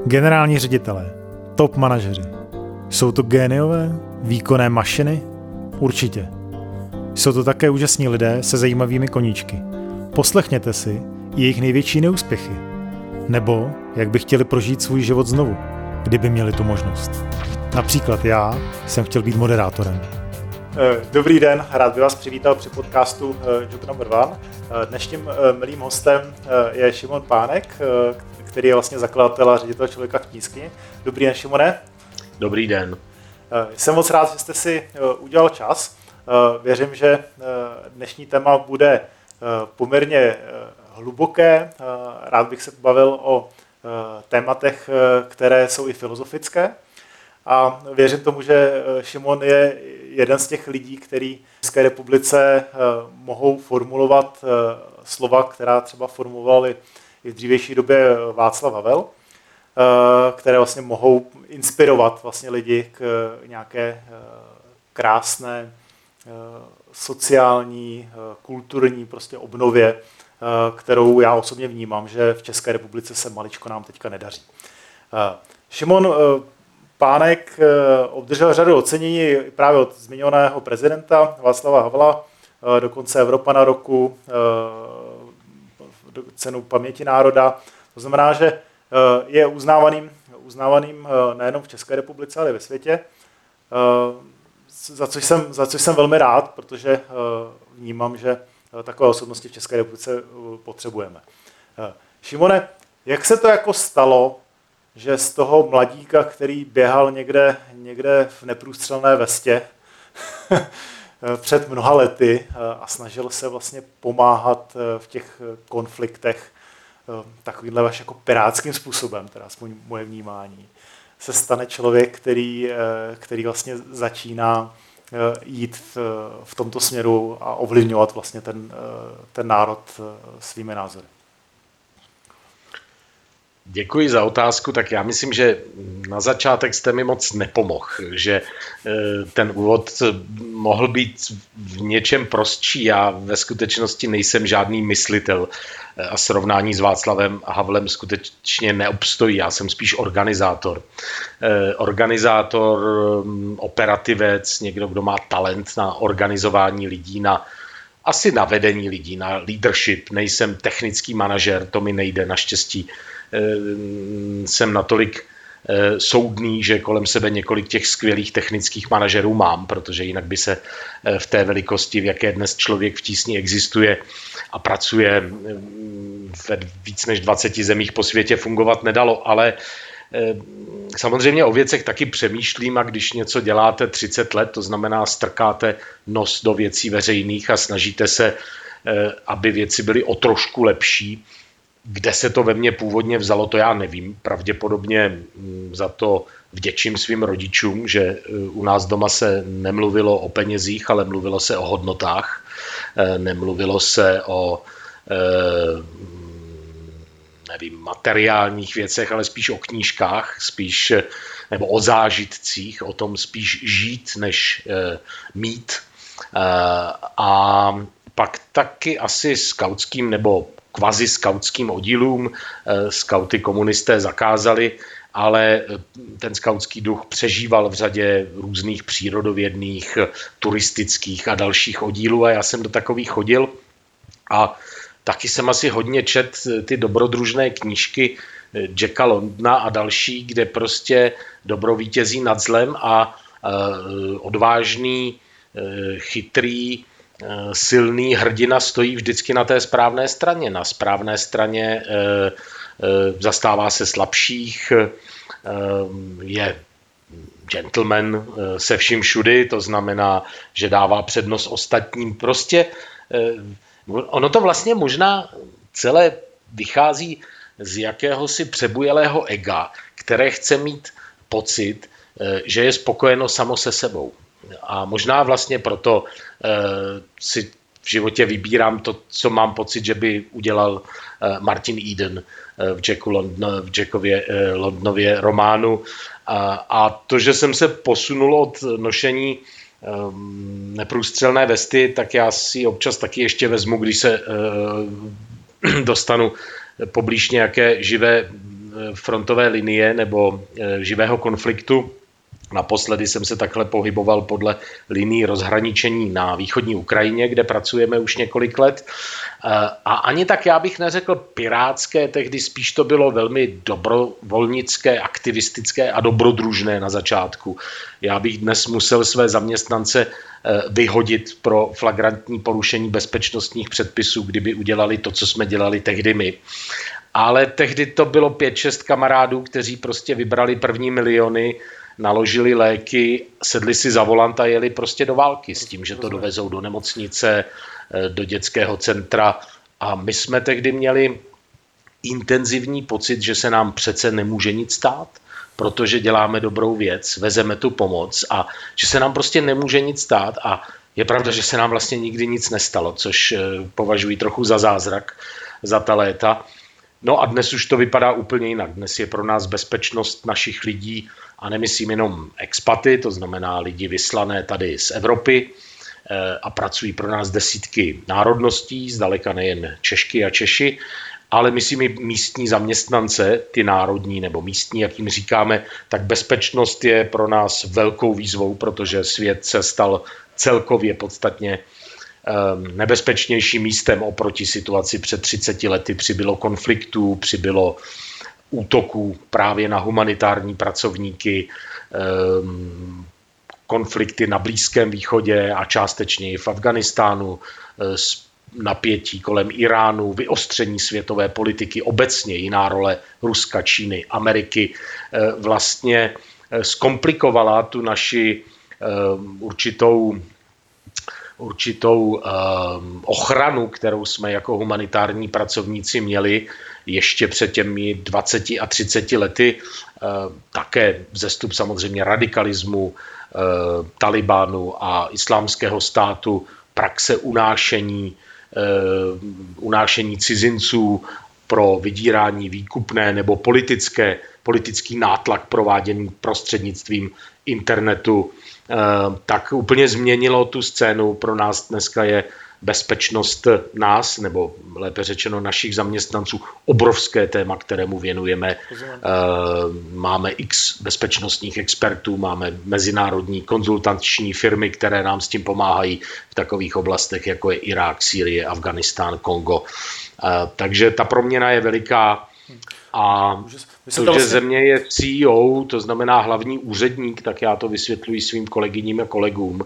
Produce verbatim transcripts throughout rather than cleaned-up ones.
Generální ředitelé, top manažeři. Jsou to géniové, výkonné mašiny? Určitě. Jsou to také úžasní lidé se zajímavými koníčky. Poslechněte si jejich největší neúspěchy. Nebo jak by chtěli prožít svůj život znovu, kdyby měli tu možnost. Například já jsem chtěl být moderátorem. Dobrý den, rád bych vás přivítal při podcastu Job number one. Dnešním milým hostem je Šimon Pánek, který je vlastně zakladatel a ředitel Člověka v tísni. Dobrý den, Šimone. Dobrý den. Jsem moc rád, že jste si udělal čas. Věřím, že dnešní téma bude poměrně hluboké. Rád bych se bavil o tématech, které jsou i filozofické. A věřím tomu, že Šimon je jeden z těch lidí, kteří v České republice mohou formulovat slova, která třeba formulovali i v dřívější době Václav Havel, které vlastně mohou inspirovat vlastně lidi k nějaké krásné sociální, kulturní prostě obnově, kterou já osobně vnímám, že v České republice se maličko nám teďka nedaří. Šimon Pánek obdržel řadu ocenění právě od zmiňovaného prezidenta Václava Havla, dokonce Evropana roku, cenu paměti národa. To znamená, že je uznávaným, uznávaným nejenom v České republice, ale i ve světě, za což jsem, za což jsem velmi rád, protože vnímám, že takové osobnosti v České republice potřebujeme. Šimone, jak se to jako stalo, že z toho mladíka, který běhal někde, někde v neprůstřelné vestě před mnoha lety a snažil se vlastně pomáhat v těch konfliktech takovýmhle vaš jako pirátským způsobem, teda aspoň moje vnímání, se stane člověk, který, který vlastně začíná jít v, v tomto směru a ovlivňovat vlastně ten, ten národ svými názory. Děkuji za otázku, tak já myslím, že na začátek jste mi moc nepomohl, že ten úvod mohl být v něčem prostší. Já ve skutečnosti nejsem žádný myslitel a srovnání s Václavem Havlem skutečně neobstojí. Já jsem spíš organizátor. Organizátor, operativec, někdo, kdo má talent na organizování lidí, na asi na vedení lidí, na leadership. Nejsem technický manažer, to mi nejde, naštěstí. Jsem natolik soudný, že kolem sebe několik těch skvělých technických manažerů mám, protože jinak by se v té velikosti, v jaké dnes člověk v tísni existuje a pracuje ve víc než dvaceti zemích po světě, fungovat nedalo, ale samozřejmě o věcech taky přemýšlím a když něco děláte třicet let, to znamená strkáte nos do věcí veřejných a snažíte se, aby věci byly o trošku lepší. Kde se to ve mně původně vzalo, to já nevím. Pravděpodobně za to vděčím svým rodičům, že u nás doma se nemluvilo o penězích, ale mluvilo se o hodnotách. Nemluvilo se o nevím, materiálních věcech, ale spíš o knížkách, spíš, nebo o zážitcích, o tom spíš žít, než mít. A pak taky asi skautským nebo kvazi skautským oddílům. Skauty komunisté zakázali, ale ten skautský duch přežíval v řadě různých přírodovědných, turistických a dalších oddílů a já jsem do takových chodil a taky jsem asi hodně čet ty dobrodružné knížky Jacka Londona a další, kde prostě dobro vítězí nad zlem a odvážný, chytrý, silný hrdina stojí vždycky na té správné straně. Na správné straně e, e, zastává se slabších, e, je gentleman e, se vším všudy, to znamená, že dává přednost ostatním. Prostě e, ono to vlastně možná celé vychází z jakéhosi přebujelého ega, které chce mít pocit, e, že je spokojeno samo se sebou. A možná vlastně proto e, si v životě vybírám to, co mám pocit, že by udělal e, Martin Eden e, v, Jacku London, v Jackově e, Londonově románu. A, a to, že jsem se posunul od nošení e, neprůstřelné vesty, tak já si občas taky ještě vezmu, když se e, dostanu poblíž nějaké živé frontové linie nebo živého konfliktu. Naposledy jsem se takhle pohyboval podle linií rozhraničení na východní Ukrajině, kde pracujeme už několik let. A ani tak já bych neřekl pirátské, tehdy spíš to bylo velmi dobrovolnické, aktivistické a dobrodružné na začátku. Já bych dnes musel své zaměstnance vyhodit pro flagrantní porušení bezpečnostních předpisů, kdyby udělali to, co jsme dělali tehdy my. Ale tehdy to bylo pět, šest kamarádů, kteří prostě vybrali první miliony, naložili léky, sedli si za volant a jeli prostě do války s tím, že to dovezou do nemocnice, do dětského centra. A my jsme tehdy měli intenzivní pocit, že se nám přece nemůže nic stát, protože děláme dobrou věc, vezeme tu pomoc a že se nám prostě nemůže nic stát. A je pravda, že se nám vlastně nikdy nic nestalo, což považuji trochu za zázrak za ta léta. No a dnes už to vypadá úplně jinak. Dnes je pro nás bezpečnost našich lidí, a nemyslím jenom expaty, to znamená lidi vyslané tady z Evropy, a pracují pro nás desítky národností, zdaleka nejen Češky a Češi, ale myslím i místní zaměstnance, ty národní nebo místní, jak jim říkáme, tak bezpečnost je pro nás velkou výzvou, protože svět se stal celkově podstatně nebezpečnějším místem oproti situaci před třiceti lety. Přibylo konfliktů, přibylo útoků právě na humanitární pracovníky, konflikty na Blízkém východě a částečně i v Afghánistánu, napětí kolem Iránu, vyostření světové politiky, obecně jiná role Ruska, Číny, Ameriky vlastně zkomplikovala tu naši určitou určitou ochranu, kterou jsme jako humanitární pracovníci měli ještě před těmi dvaceti a třiceti lety. Také vzestup samozřejmě radikalismu, Talibánu a islámského státu, praxe unášení, unášení cizinců pro vydírání výkupné nebo politické, politický nátlak prováděný prostřednictvím internetu, tak úplně změnilo tu scénu. Pro nás dneska je bezpečnost nás, nebo lépe řečeno našich zaměstnanců, obrovské téma, kterému věnujeme. Máme x bezpečnostních expertů, máme mezinárodní konzultační firmy, které nám s tím pomáhají v takových oblastech, jako je Irák, Sýrie, Afghánistán, Kongo. Takže ta proměna je veliká. A to, že vlastně... země je C E O, to znamená hlavní úředník, tak já to vysvětluji svým kolegyním a kolegům.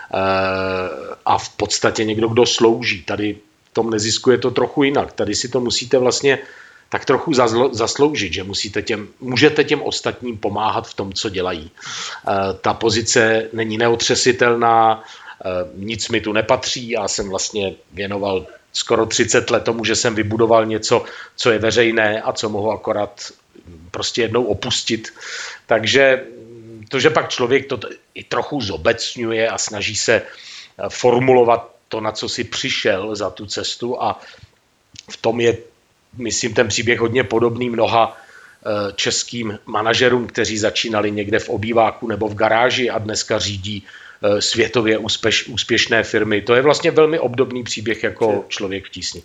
A v podstatě někdo, kdo slouží. Tady v tom nezisku je to trochu jinak. Tady si to musíte vlastně tak trochu zasloužit, že musíte těm, můžete těm ostatním pomáhat v tom, co dělají. Ta pozice není neotřesitelná, nic mi tu nepatří. Já jsem vlastně věnoval skoro třicet let tomu, že jsem vybudoval něco, co je veřejné a co mohu akorát prostě jednou opustit. Takže to, že pak člověk to i trochu zobecňuje a snaží se formulovat to, na co si přišel za tu cestu, a v tom je, myslím, ten příběh hodně podobný mnoha českým manažerům, kteří začínali někde v obýváku nebo v garáži a dneska řídí světově úspěš, úspěšné firmy. To je vlastně velmi obdobný příběh jako Člověk v tísni.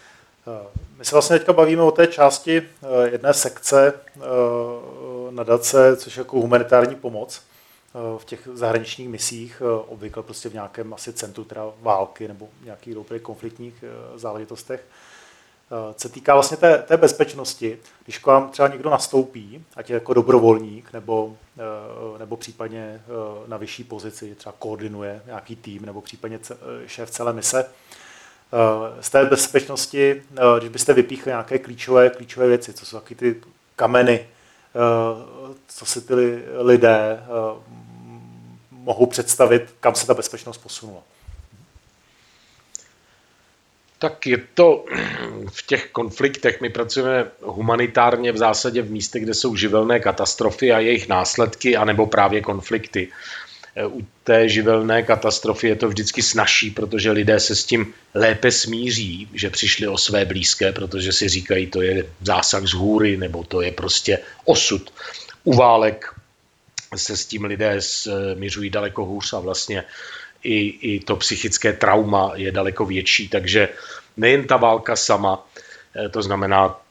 My se vlastně teďka bavíme o té části jedné sekce nadace, což je jako humanitární pomoc v těch zahraničních misích, obvykle prostě v nějakém asi centru teda války nebo nějakých konfliktních záležitostech. Co se týká vlastně té, té bezpečnosti, když k vám třeba někdo nastoupí, ať je jako dobrovolník nebo, nebo případně na vyšší pozici, třeba koordinuje nějaký tým nebo případně šéf celé mise, z té bezpečnosti, když byste vypíchli nějaké klíčové, klíčové věci, co jsou taky ty kameny, co si ty lidé mohou představit, kam se ta bezpečnost posunula. Tak je to v těch konfliktech, my pracujeme humanitárně v zásadě v místech, kde jsou živelné katastrofy a jejich následky, anebo právě konflikty. U té živelné katastrofy je to vždycky snazší, protože lidé se s tím lépe smíří, že přišli o své blízké, protože si říkají, to je zásah z hůry, nebo to je prostě osud. U válek se s tím lidé smířují daleko hůř a vlastně I, i to psychické trauma je daleko větší, takže nejen ta válka sama, to znamená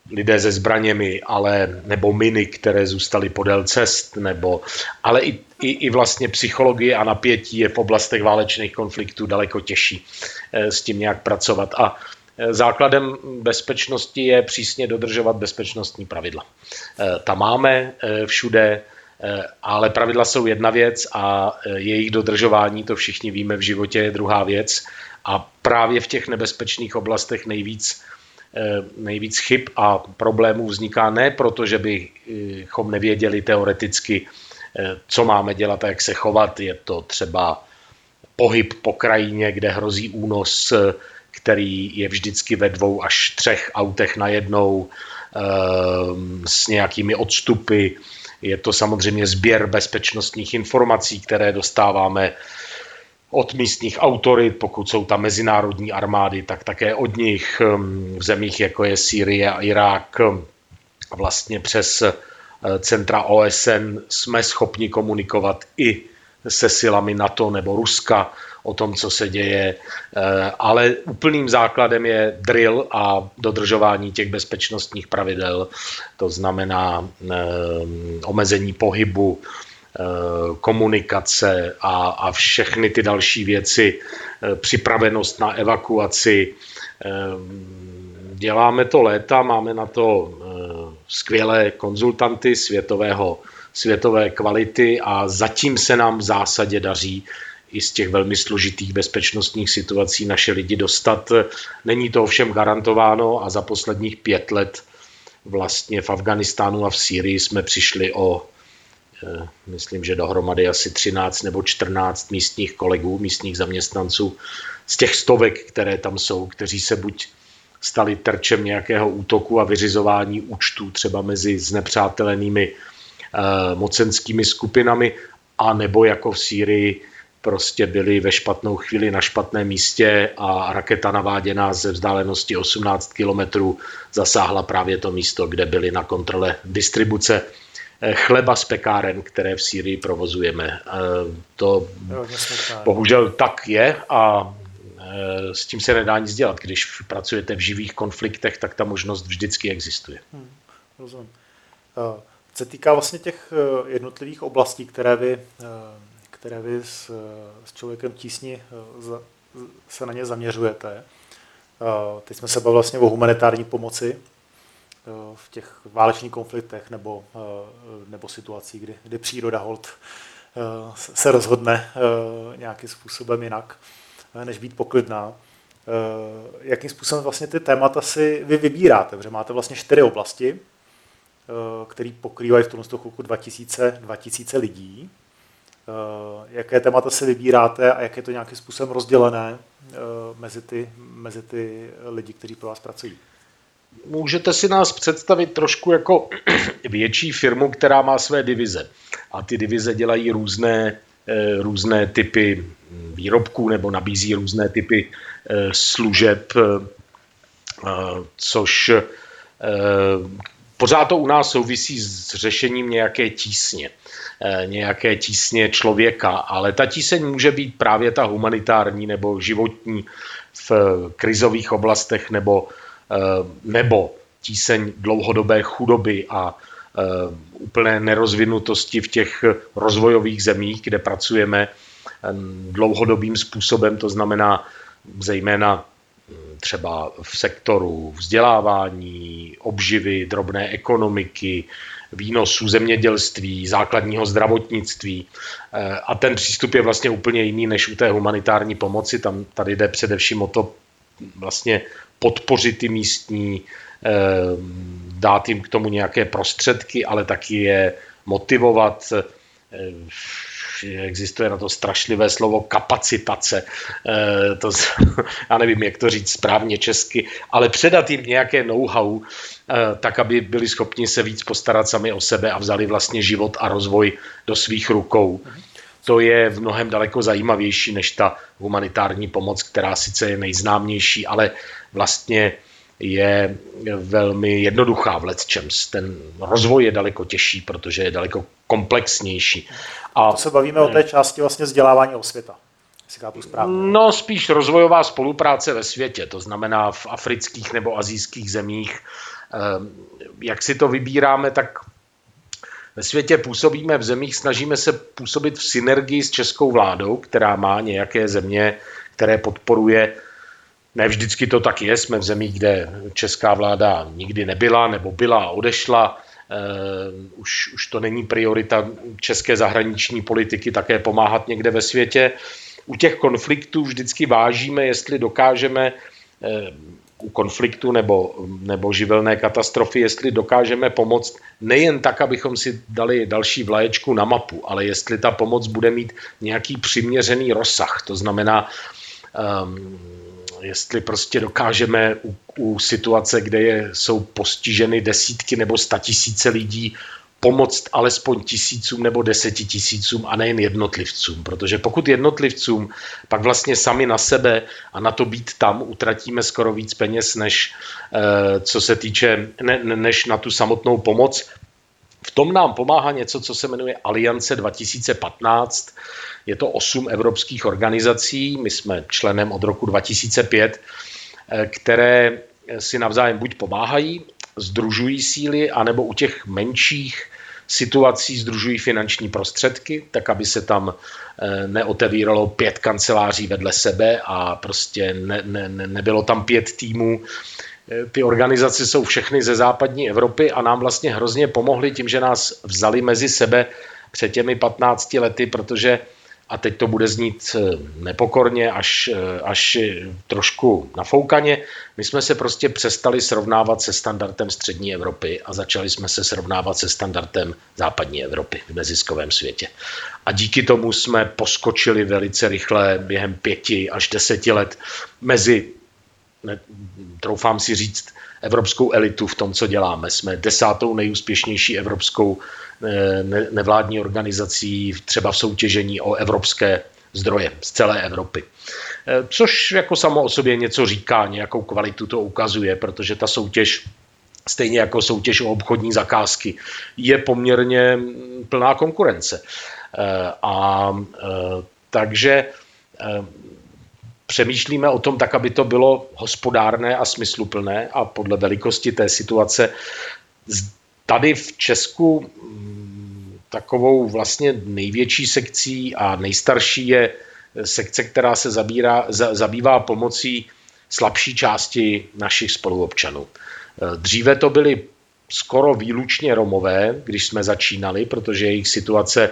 lidé se zbraněmi, ale, nebo miny, které zůstaly podél cest, nebo, ale i, i, i vlastně psychologie a napětí je v oblastech válečných konfliktů daleko těžší s tím nějak pracovat. A základem bezpečnosti je přísně dodržovat bezpečnostní pravidla. Ta máme všude, ale pravidla jsou jedna věc a jejich dodržování, to všichni víme v životě, je druhá věc. A právě v těch nebezpečných oblastech nejvíc, nejvíc chyb a problémů vzniká ne proto, že bychom nevěděli teoreticky, co máme dělat a jak se chovat. Je to třeba pohyb po krajině, kde hrozí únos, který je vždycky ve dvou až třech autech najednou s nějakými odstupy. Je to samozřejmě sběr bezpečnostních informací, které dostáváme od místních autorit, pokud jsou tam mezinárodní armády, tak také od nich. V zemích, jako je Sýrie a Irák, vlastně přes centra O S N jsme schopni komunikovat i se silami NATO nebo Ruska o tom, co se děje, ale úplným základem je drill a dodržování těch bezpečnostních pravidel, to znamená omezení pohybu, komunikace a, a všechny ty další věci, připravenost na evakuaci. Děláme to léta, máme na to skvělé konzultanty světového, světové kvality a zatím se nám v zásadě daří i z těch velmi složitých bezpečnostních situací naše lidi dostat. Není to ovšem garantováno a za posledních pět let vlastně v Afghánistánu a v Sýrii jsme přišli o, myslím, že dohromady asi třináct nebo čtrnáct místních kolegů, místních zaměstnanců z těch stovek, které tam jsou, kteří se buď stali terčem nějakého útoku a vyřizování účtů třeba mezi znepřátelenými mocenskými skupinami, a nebo jako v Sýrii prostě byli ve špatnou chvíli na špatném místě a raketa naváděná ze vzdálenosti osmnáct kilometrů zasáhla právě to místo, kde byli na kontrole distribuce chleba z pekáren, které v Sýrii provozujeme. To bohužel tak je a s tím se nedá nic dělat. Když pracujete v živých konfliktech, tak ta možnost vždycky existuje. Hmm, rozumím. Co se týká vlastně těch jednotlivých oblastí, které vy, které vy s, s člověkem tísni se na ně zaměřujete, teď jsme se bavili vlastně o humanitární pomoci v těch válečných konfliktech nebo, nebo situacích, kdy, kdy příroda hold se rozhodne nějakým způsobem jinak, než být poklidná. Jakým způsobem vlastně ty témata si vy vybíráte? Protože máte vlastně čtyři oblasti, který pokrývají v tomto chvilku dva tisíce lidí. Jaké témata si vybíráte a jak je to nějakým způsobem rozdělené mezi ty, mezi ty lidi, kteří pro vás pracují? Můžete si nás představit trošku jako větší firmu, která má své divize. A ty divize dělají různé, různé typy výrobků nebo nabízí různé typy služeb, což pořád to u nás souvisí s řešením nějaké tísně, nějaké tísně člověka, ale ta tíseň může být právě ta humanitární nebo životní v krizových oblastech nebo, nebo tíseň dlouhodobé chudoby a úplné nerozvinutosti v těch rozvojových zemích, kde pracujeme dlouhodobým způsobem, to znamená zejména třeba v sektoru vzdělávání, obživy, drobné ekonomiky, výnosů zemědělství, základního zdravotnictví. A ten přístup je vlastně úplně jiný než u té humanitární pomoci. Tam tady jde především o to vlastně podpořit ty místní, dát jim k tomu nějaké prostředky, ale taky je motivovat. Existuje na to strašlivé slovo kapacitace, to, já nevím, jak to říct správně česky, ale předat jim nějaké know-how, tak, aby byli schopni se víc postarat sami o sebe a vzali vlastně život a rozvoj do svých rukou. To je v mnohem daleko zajímavější než ta humanitární pomoc, která sice je nejznámější, ale vlastně je velmi jednoduchá v lecčems. Ten rozvoj je daleko těžší, protože je daleko komplexnější. A to se bavíme o té části vlastně vzdělávání osvěta. Jestli chápu správně. No spíš rozvojová spolupráce ve světě, to znamená v afrických nebo asijských zemích Jak si to vybíráme, tak ve světě působíme v zemích, snažíme se působit v synergii s českou vládou, která má nějaké země, které podporuje. Ne vždycky to tak je, jsme v zemích, kde česká vláda nikdy nebyla nebo byla a odešla. Uh, už, už to není priorita české zahraniční politiky také pomáhat někde ve světě. U těch konfliktů vždycky vážíme, jestli dokážeme uh, u konfliktu nebo, nebo živelné katastrofy, jestli dokážeme pomoct nejen tak, abychom si dali další vlaječku na mapu, ale jestli ta pomoc bude mít nějaký přiměřený rozsah. To znamená, um, jestli prostě dokážeme u, u situace, kde je, jsou postiženy desítky nebo statisíce lidí, pomoct alespoň tisícům nebo desetitisícům a nejen jednotlivcům. Protože pokud jednotlivcům, pak vlastně sami na sebe a na to být tam utratíme skoro víc peněz, než co se týče, ne, než na tu samotnou pomoc. V tom nám pomáhá něco, co se jmenuje Aliance dva tisíce patnáct. Je to osm evropských organizací, my jsme členem od roku dva tisíce pět, které si navzájem buď pomáhají, sdružují síly, anebo u těch menších situací sdružují finanční prostředky, tak aby se tam neotevíralo pět kanceláří vedle sebe a prostě ne, ne, nebylo tam pět týmů. Ty organizace jsou všechny ze západní Evropy a nám vlastně hrozně pomohly tím, že nás vzali mezi sebe před těmi patnácti lety, protože, a teď to bude znít nepokorně, až, až trošku nafoukaně, my jsme se prostě přestali srovnávat se standardem střední Evropy a začali jsme se srovnávat se standardem západní Evropy v neziskovém světě. A díky tomu jsme poskočili velice rychle během pěti až deseti let mezi, ne, troufám si říct, evropskou elitu v tom, co děláme. Jsme desátou nejúspěšnější evropskou ne, nevládní organizací třeba v soutěžení o evropské zdroje z celé Evropy. Což jako samo o sobě něco říká, nějakou kvalitu to ukazuje, protože ta soutěž, stejně jako soutěž o obchodní zakázky, je poměrně plná konkurence. A takže přemýšlíme o tom tak, aby to bylo hospodárné a smysluplné a podle velikosti té situace. Tady v Česku takovou vlastně největší sekcí a nejstarší je sekce, která se zabírá, zabývá pomocí slabší části našich spoluobčanů. Dříve to byly skoro výlučně Romové, když jsme začínali, protože jejich situace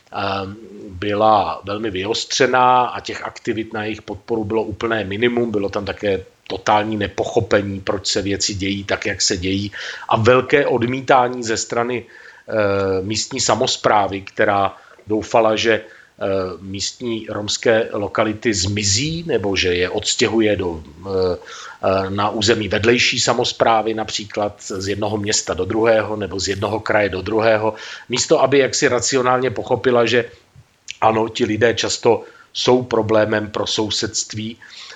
byla velmi vyostřená a těch aktivit na jejich podporu bylo úplné minimum, bylo tam také totální nepochopení, proč se věci dějí tak, jak se dějí a velké odmítání ze strany e, místní samosprávy, která doufala, že e, místní romské lokality zmizí nebo že je odstěhuje do, e, na území vedlejší samosprávy, například z jednoho města do druhého nebo z jednoho kraje do druhého, místo aby jaksi racionálně pochopila, že ano, ti lidé často jsou problémem pro sousedství,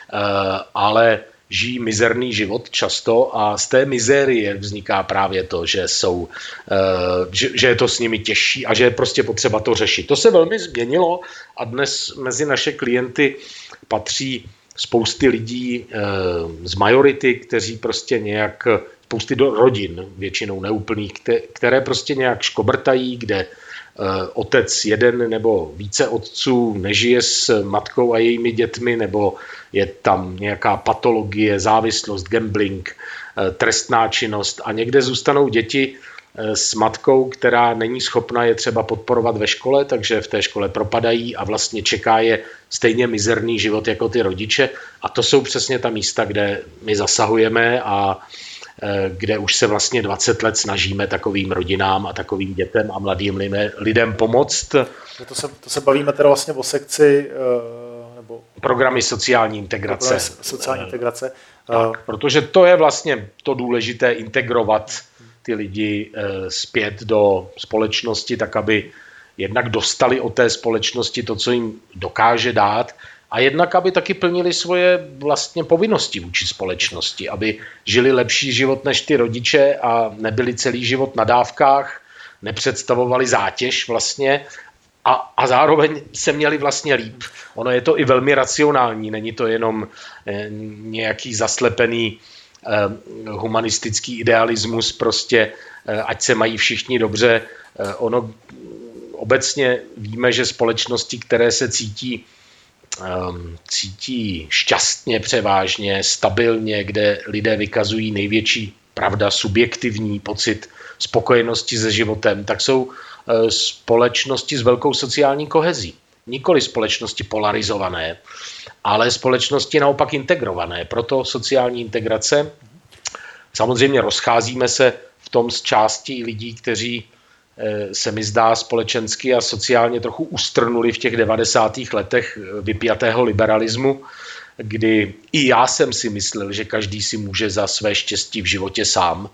ale žijí mizerný život často a z té mizérie vzniká právě to, že, jsou, že, že je to s nimi těžší a že je prostě potřeba to řešit. To se velmi změnilo a dnes mezi naše klienty patří spousty lidí z majority, kteří prostě nějak, spousty do rodin, většinou neúplných, které prostě nějak škobrtají, kde otec jeden nebo více otců nežije s matkou a jejími dětmi, nebo je tam nějaká patologie, závislost, gambling, trestná činnost a někde zůstanou děti s matkou, která není schopna je třeba podporovat ve škole, takže v té škole propadají a vlastně čeká je stejně mizerný život jako ty rodiče. A to jsou přesně ta místa, kde my zasahujeme a kde už se vlastně dvacet let snažíme takovým rodinám a takovým dětem a mladým lidem pomoct. To se, to se bavíme teda vlastně o sekci nebo programy sociální integrace. Programy sociální integrace. Tak, protože to je vlastně to důležité, integrovat ty lidi zpět do společnosti, tak aby jednak dostali od té společnosti to, co jim dokáže dát, a jednak, aby taky plnili svoje vlastně povinnosti vůči společnosti, aby žili lepší život než ty rodiče a nebyli celý život na dávkách, nepředstavovali zátěž vlastně a, a zároveň se měli vlastně líp. Ono je to i velmi racionální, není to jenom eh, nějaký zaslepený humanistický idealismus, prostě ať se mají všichni dobře. Ono obecně víme, že společnosti, které se cítí, cítí šťastně převážně, stabilně, kde lidé vykazují největší, pravda, subjektivní pocit spokojenosti se životem, tak jsou společnosti s velkou sociální kohezí. Nikoli společnosti polarizované, ale společnosti naopak integrované. Proto sociální integrace. Samozřejmě rozcházíme se v tom s částí lidí, kteří se mi zdá společensky a sociálně trochu ustrnuli v těch devadesátých letech vypjatého liberalismu, kdy i já jsem si myslel, že každý si může za své štěstí v životě sám,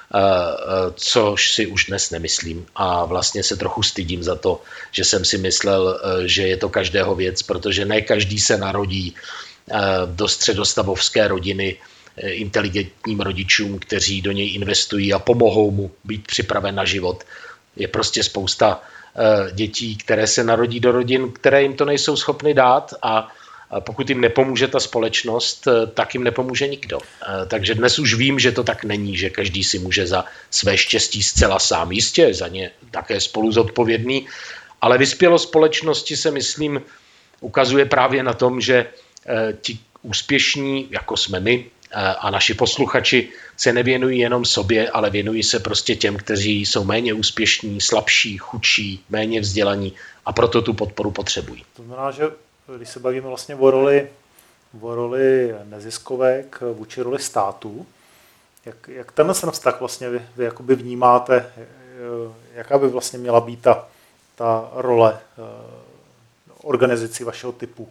což si už dnes nemyslím. A vlastně se trochu stydím za to, že jsem si myslel, že je to každého věc, protože ne každý se narodí do středostavovské rodiny inteligentním rodičům, kteří do něj investují a pomohou mu být připraven na život. Je prostě spousta dětí, které se narodí do rodin, které jim to nejsou schopny dát, a pokud jim nepomůže ta společnost, tak jim nepomůže nikdo. Takže dnes už vím, že to tak není, že každý si může za své štěstí zcela sám. Jistě, za ně také spolu zodpovědný, ale vyspělost společnosti se, myslím, ukazuje právě na tom, že ti úspěšní, jako jsme my a naši posluchači, se nevěnují jenom sobě, ale věnují se prostě těm, kteří jsou méně úspěšní, slabší, chudší, méně vzdělaní a proto tu podporu potřebují. To znamená, že když se bavíme vlastně o roli, o roli neziskovek vůči roli státu, jak, jak tenhle ten vztah vlastně vy, vy jakoby vnímáte, jaká by vlastně měla být ta, ta role organizací vašeho typu?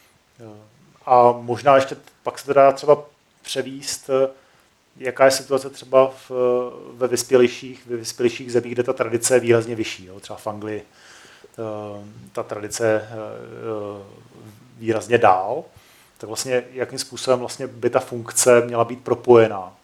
A možná ještě pak se to dá třeba převíst, jaká je situace třeba v, ve vyspělejších, ve vyspělejších zemích, kde ta tradice je výrazně vyšší, jo? Třeba v Anglii ta tradice výrazně dál, tak vlastně jakým způsobem vlastně by ta funkce měla být propojená?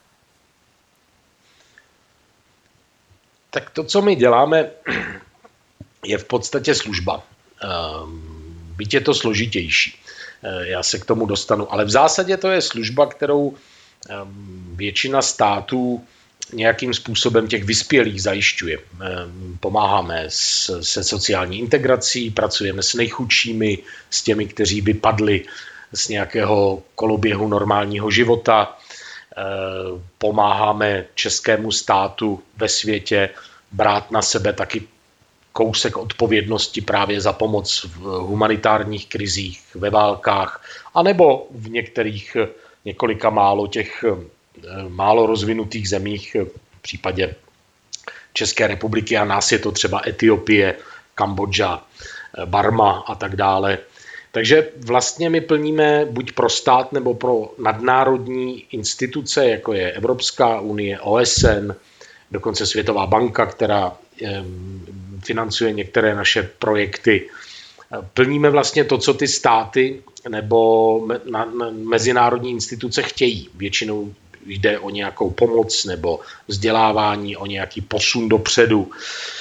Tak to, co my děláme, je v podstatě služba. Byť je to složitější. Já se k tomu dostanu. Ale v zásadě to je služba, kterou většina států nějakým způsobem těch vyspělých zajišťuje. Pomáháme se sociální integrací, pracujeme s nejchudšími, s těmi, kteří vypadli z nějakého koloběhu normálního života. Pomáháme českému státu ve světě brát na sebe taky kousek odpovědnosti právě za pomoc v humanitárních krizích, ve válkách, anebo v některých několika málo těch málo rozvinutých zemích, v případě České republiky, a nás je to třeba Etiopie, Kambodža, Barma a tak dále. Takže vlastně my plníme buď pro stát nebo pro nadnárodní instituce, jako je Evropská unie, O S N, dokonce Světová banka, která financuje některé naše projekty. Plníme vlastně to, co ty státy nebo na, na mezinárodní instituce chtějí. Většinou jde o nějakou pomoc nebo vzdělávání, o nějaký posun dopředu.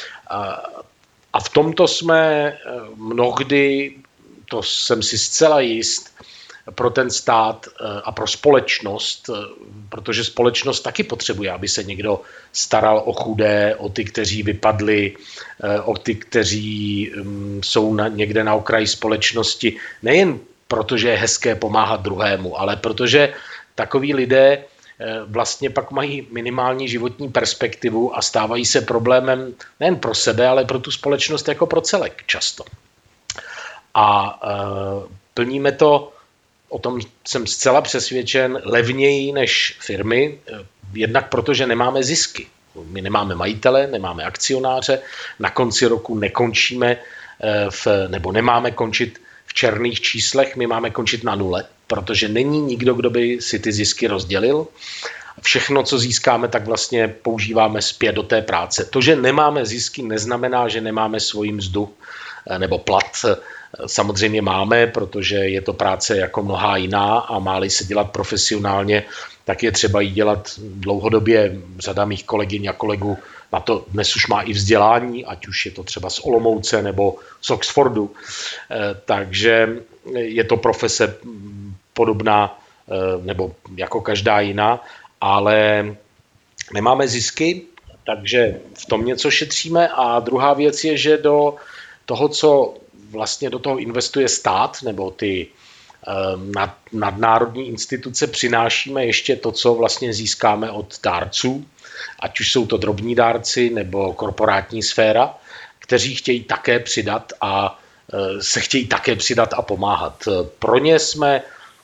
A v tomto jsme mnohdy, to jsem si zcela jist, pro ten stát a pro společnost, protože společnost taky potřebuje, aby se někdo staral o chudé, o ty, kteří vypadli, o ty, kteří jsou na, někde na okraji společnosti. Nejen proto, že je hezké pomáhat druhému, ale protože takoví lidé vlastně pak mají minimální životní perspektivu a stávají se problémem nejen pro sebe, ale pro tu společnost jako pro celek často. A plníme to, o tom jsem zcela přesvědčen, levněji než firmy, jednak protože nemáme zisky. My nemáme majitele, nemáme akcionáře, na konci roku nekončíme v, nebo nemáme končit v černých číslech, my máme končit na nule, protože není nikdo, kdo by si ty zisky rozdělil. Všechno, co získáme, tak vlastně používáme zpět do té práce. To, že nemáme zisky, neznamená, že nemáme svoji mzdu nebo plat. Samozřejmě máme, protože je to práce jako mnohá jiná a má-li se dělat profesionálně, tak je třeba jí dělat dlouhodobě. Řada mých kolegyň a kolegů na to dnes už má i vzdělání, ať už je to třeba z Olomouce nebo z Oxfordu. Takže je to profese podobná nebo jako každá jiná, ale nemáme zisky, takže v tom něco šetříme. A druhá věc je, že do toho, co vlastně do toho investuje stát nebo ty nad, nadnárodní instituce, přinášíme ještě to, co vlastně získáme od dárců, ať už jsou to drobní dárci nebo korporátní sféra, kteří chtějí také přidat a se chtějí také přidat a pomáhat. Pro ně jsme,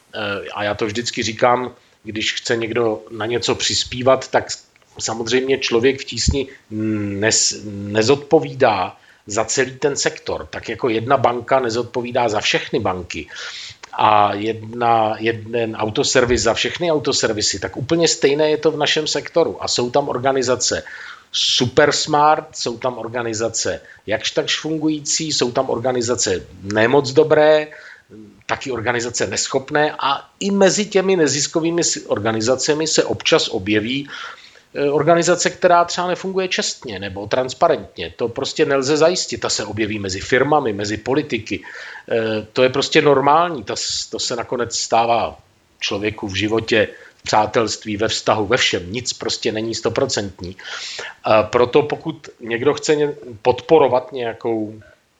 a já to vždycky říkám, když chce někdo na něco přispívat, tak samozřejmě člověk v tísni nez, nezodpovídá za celý ten sektor. Tak jako jedna banka nezodpovídá za všechny banky a jedna, jeden autoservis za všechny autoservisy, tak úplně stejné je to v našem sektoru. A jsou tam organizace super smart, jsou tam organizace jakž takž fungující, jsou tam organizace nemoc dobré, taky organizace neschopné a i mezi těmi neziskovými organizacemi se občas objeví organizace, která třeba nefunguje čestně nebo transparentně. To prostě nelze zajistit. Ta se objeví mezi firmami, mezi politiky. To je prostě normální. To se nakonec stává člověku v životě, v přátelství, ve vztahu, ve všem. Nic prostě není stoprocentní. Proto pokud někdo chce podporovat nějakou,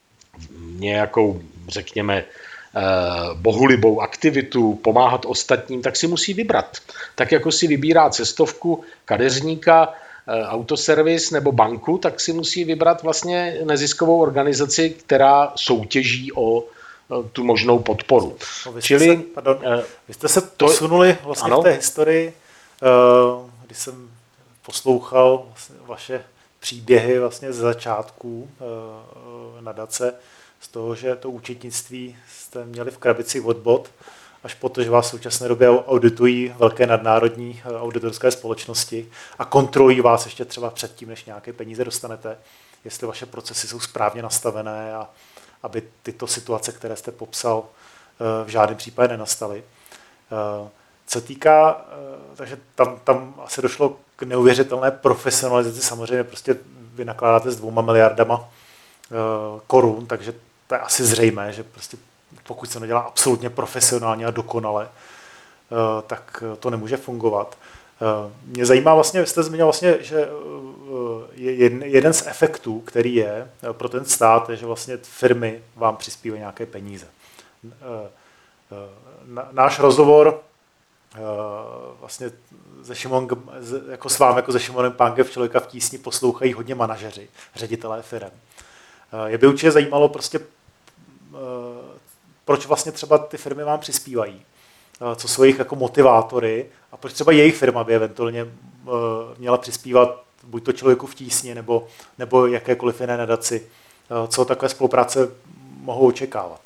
nějakou řekněme, bohulibou aktivitu, pomáhat ostatním, tak si musí vybrat. Tak jako si vybírá cestovku, kadeřníka, autoservis nebo banku, tak si musí vybrat vlastně neziskovou organizaci, která soutěží o tu možnou podporu. No, vy, jste Čili, se, pardon, vy jste se posunuli vlastně ano? v té historii, když jsem poslouchal vlastně vaše příběhy vlastně z začátku nadace, z toho, že to účetnictví jste měli v krabici od bod, až po to, že vás v současné době auditují velké nadnárodní auditorské společnosti a kontrolují vás ještě třeba předtím, než nějaké peníze dostanete, jestli vaše procesy jsou správně nastavené a aby tyto situace, které jste popsal, v žádném případě nenastaly. Co týká, takže tam, tam asi došlo k neuvěřitelné profesionalizaci, samozřejmě prostě vy nakládáte s dvouma miliardama korun, takže to je asi zřejmé, že prostě pokud se nedělá absolutně profesionálně a dokonale, tak to nemůže fungovat. Mě zajímá vlastně, vy jste zmínil vlastně, že jeden z efektů, který je pro ten stát, je, že vlastně firmy vám přispívají nějaké peníze. Náš rozhovor vlastně se Šimon, jako s vámi, jako se Šimonem Pánkem v Člověka v tísni poslouchají hodně manažeři, ředitelé firem. Je by určitě zajímalo prostě, proč vlastně třeba ty firmy vám přispívají, co jsou jejich jako motivátory a proč třeba jejich firma by eventuálně měla přispívat buď to Člověku v tísni nebo, nebo jakékoliv jiné nadaci, co takové spolupráce mohou očekávat.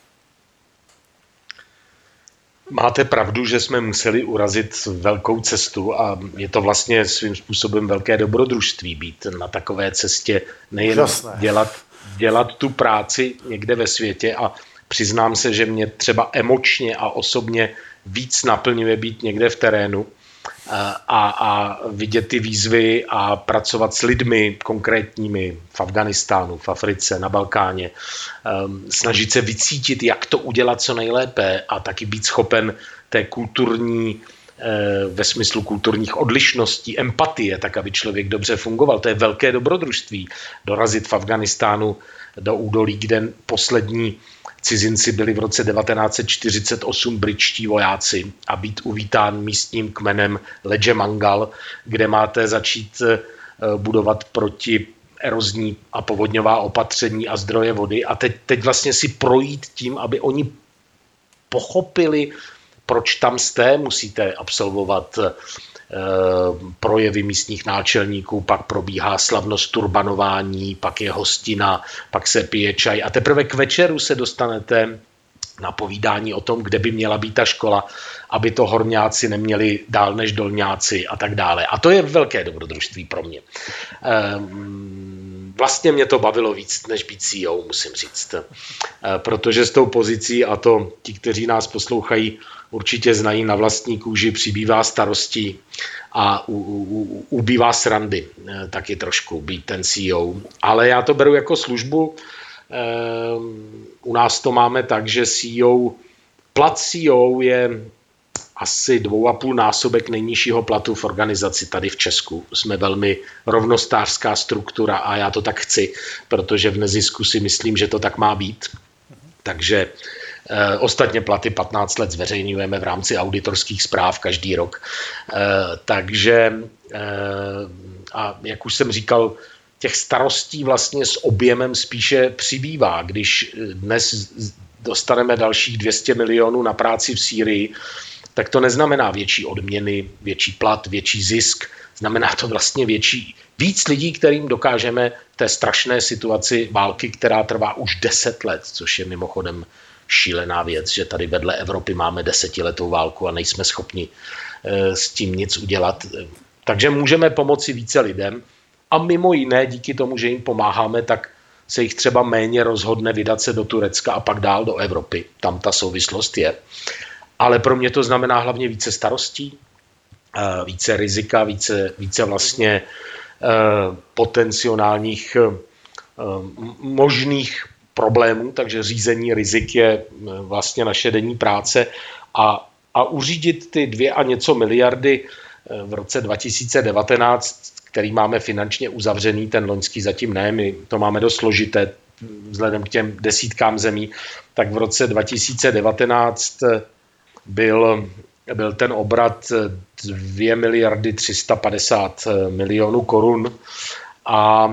Máte pravdu, že jsme museli urazit velkou cestu a je to vlastně svým způsobem velké dobrodružství být na takové cestě, nejen dělat, dělat tu práci někde ve světě a přiznám se, že mě třeba emočně a osobně víc naplňuje být někde v terénu a, a vidět ty výzvy a pracovat s lidmi konkrétními v Afghánistánu, v Africe, na Balkáně, snažit se vycítit, jak to udělat co nejlépe a taky být schopen té kulturní, ve smyslu kulturních odlišností, empatie, tak aby člověk dobře fungoval. To je velké dobrodružství. Dorazit v Afghánistánu do údolí, kde poslední cizinci byli v roce devatenáct set čtyřicet osm britští vojáci a být uvítán místním kmenem Ledže Mangal, kde máte začít budovat proti erozní a povodňová opatření a zdroje vody a teď, teď vlastně si projít tím, aby oni pochopili, proč tam jste, musíte absolvovat e, projevy místních náčelníků, pak probíhá slavnost turbanování, pak je hostina, pak se pije čaj a teprve k večeru se dostanete na povídání o tom, kde by měla být ta škola, aby to horňáci neměli dál než dolňáci a tak dále. A to je velké dobrodružství pro mě. Vlastně mě to bavilo víc, než být C E O, musím říct. Protože s tou pozicí, a to ti, kteří nás poslouchají, určitě znají na vlastní kůži, přibývá starostí a u, u, ubývá srandy taky trošku být ten C E O. Ale já to beru jako službu. U nás to máme tak, že C E O, plat C E O je asi dvou a půl násobek nejnižšího platu v organizaci tady v Česku. Jsme velmi rovnostářská struktura a já to tak chci, protože v nezisku si myslím, že to tak má být. Takže eh, ostatně platy patnáct let zveřejňujeme v rámci auditorských zpráv každý rok. Eh, takže, eh, a jak už jsem říkal, těch starostí vlastně s objemem spíše přibývá. Když dnes dostaneme dalších dvě stě milionů na práci v Sýrii, tak to neznamená větší odměny, větší plat, větší zisk. Znamená to vlastně větší, víc lidí, kterým dokážeme v té strašné situaci války, která trvá už deset let, což je mimochodem šílená věc, že tady vedle Evropy máme desetiletou válku a nejsme schopni s tím nic udělat. Takže můžeme pomoci více lidem a mimo jiné díky tomu, že jim pomáháme, tak se jich třeba méně rozhodne vydat se do Turecka a pak dál do Evropy. Tam ta souvislost je. Ale pro mě to znamená hlavně více starostí, více rizika, více, více vlastně potenciálních možných problémů, takže řízení rizik je vlastně naše denní práce a, a uřídit ty dvě a něco miliardy v roce dva tisíce devatenáct, který máme finančně uzavřený, ten loňský zatím ne, my to máme dost složité vzhledem k těm desítkám zemí, tak v roce dva tisíce devatenáct byl, byl ten obrat dvě miliardy tři sta padesát milionů korun a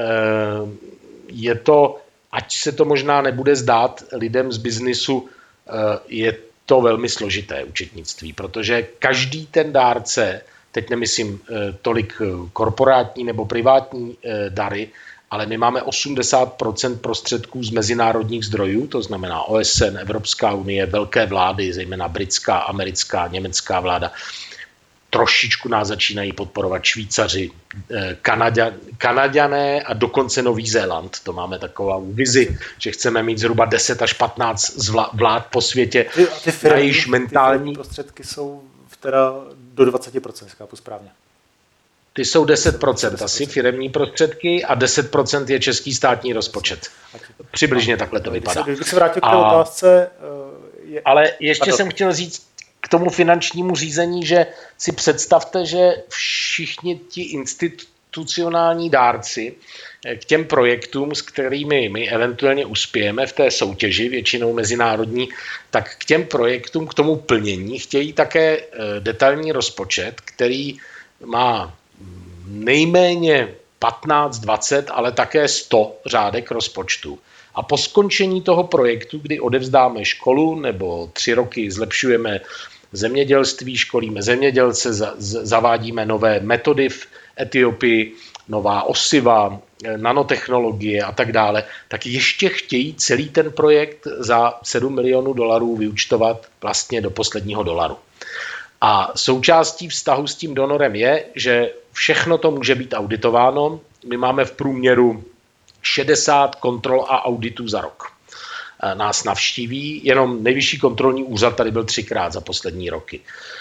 je to, ať se to možná nebude zdát lidem z biznisu, je to velmi složité účetnictví, protože každý ten dárce, teď nemyslím tolik korporátní nebo privátní dary, ale my máme osmdesát procent prostředků z mezinárodních zdrojů, to znamená O S N, Evropská unie, velké vlády, zejména britská, americká, německá vláda. Trošičku nás začínají podporovat Švýcaři, Kanaďa, Kanaďané a dokonce Nový Zéland. To máme takovou vizi, že chceme mít zhruba deset až patnáct vlád po světě. Ty, ty firmy, a již mentální ty prostředky jsou teda do dvacet procent, chápu správně. Ty jsou deset procent asi firemní prostředky a deset procent je český státní rozpočet. Přibližně takhle to vypadá. Když bych se vrátil k té otázce... Je... Ale ještě jsem chtěl říct k tomu finančnímu řízení, že si představte, že všichni ti institucionální dárci k těm projektům, s kterými my eventuálně uspějeme v té soutěži, většinou mezinárodní, tak k těm projektům, k tomu plnění chtějí také detailní rozpočet, který má nejméně patnáct dvacet, ale také sto řádek rozpočtu. A po skončení toho projektu, kdy odevzdáme školu nebo tři roky zlepšujeme zemědělství, školíme zemědělce, zavádíme nové metody v Etiopii, nová osiva, nanotechnologie a tak dále, tak ještě chtějí celý ten projekt za sedm milionů dolarů vyúčtovat vlastně do posledního dolaru. A součástí vztahu s tím donorem je, že všechno to může být auditováno. My máme v průměru šedesát kontrol a auditů za rok. Nás navštíví, jenom nejvyšší kontrolní úřad tady byl třikrát za poslední roky.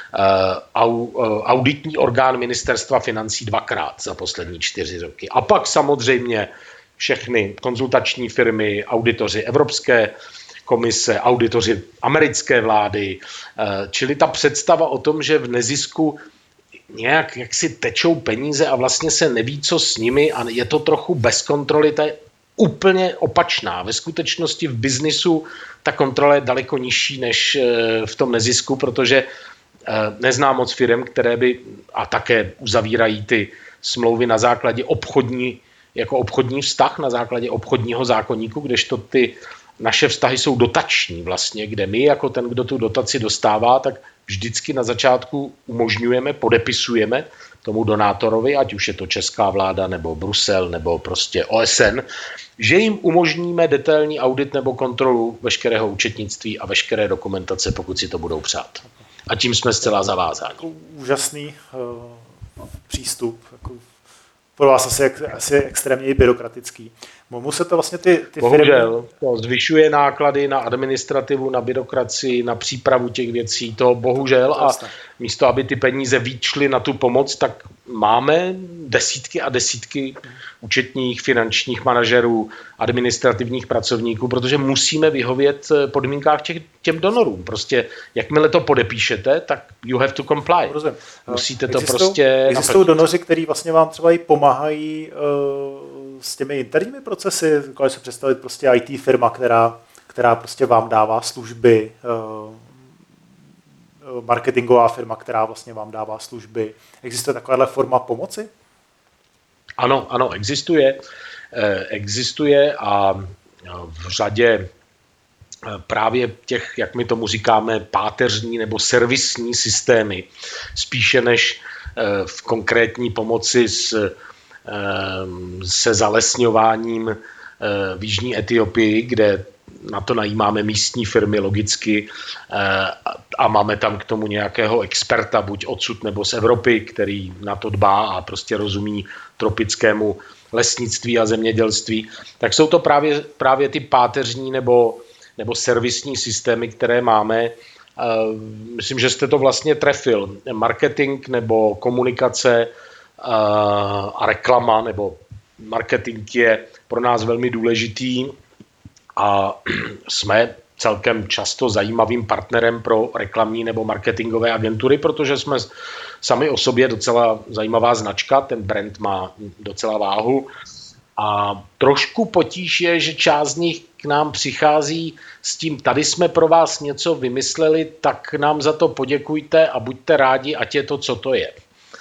Auditní orgán ministerstva financí dvakrát za poslední čtyři roky. A pak samozřejmě všechny konzultační firmy, auditoři Evropské komise, auditoři americké vlády, čili ta představa o tom, že v nezisku nějak jak si tečou peníze a vlastně se neví, co s nimi a je to trochu bez kontroly, to je úplně opačná. Ve skutečnosti v biznisu ta kontrola je daleko nižší než v tom nezisku, protože neznám moc firem, které by a také uzavírají ty smlouvy na základě obchodní, jako obchodní vztah, na základě obchodního zákoníku, kdežto ty naše vztahy jsou dotační vlastně, kde my jako ten, kdo tu dotaci dostává, tak vždycky na začátku umožňujeme, podepisujeme tomu donátorovi, ať už je to česká vláda, nebo Brusel, nebo prostě O S N, že jim umožníme detailní audit nebo kontrolu veškerého účetnictví a veškeré dokumentace, pokud si to budou přát. A tím jsme zcela zavázáni. Úžasný uh, přístup, jako pro vás asi, asi extrémně byrokratický. Musíte vlastně ty, ty Bohužel, firmy... to zvyšuje náklady na administrativu, na byrokracii, na přípravu těch věcí, to bohužel. A místo, aby ty peníze vyšly na tu pomoc, tak máme desítky a desítky účetních, finančních manažerů, administrativních pracovníků, protože musíme vyhovět podmínkách těch, těm donorům. Prostě jakmile to podepíšete, tak you have to comply. Rozumím. Musíte to existují, prostě Existují donoři, kteří vlastně vám třeba i pomáhají uh, s těmi interními procesy, když se představit prostě í té firma, která, která prostě vám dává služby, uh, marketingová firma, která vlastně vám dává služby. Existuje takováhle forma pomoci? Ano, ano, existuje. Existuje a v řadě právě těch, jak my tomu říkáme, páteřní nebo servisní systémy, spíše než v konkrétní pomoci s, se zalesňováním v jižní Etiopii, kde na to najímáme místní firmy logicky a máme tam k tomu nějakého experta, buď odsud nebo z Evropy, který na to dbá a prostě rozumí tropickému lesnictví a zemědělství, tak jsou to právě, právě ty páteřní nebo, nebo servisní systémy, které máme. Myslím, že jste to vlastně trefil. Marketing nebo komunikace a reklama nebo marketing je pro nás velmi důležitý a jsme celkem často zajímavým partnerem pro reklamní nebo marketingové agentury, protože jsme sami o sobě docela zajímavá značka, ten brand má docela váhu a trošku potíž je, že část z nich k nám přichází s tím, tady jsme pro vás něco vymysleli, tak nám za to poděkujte a buďte rádi, ať je to, co to je.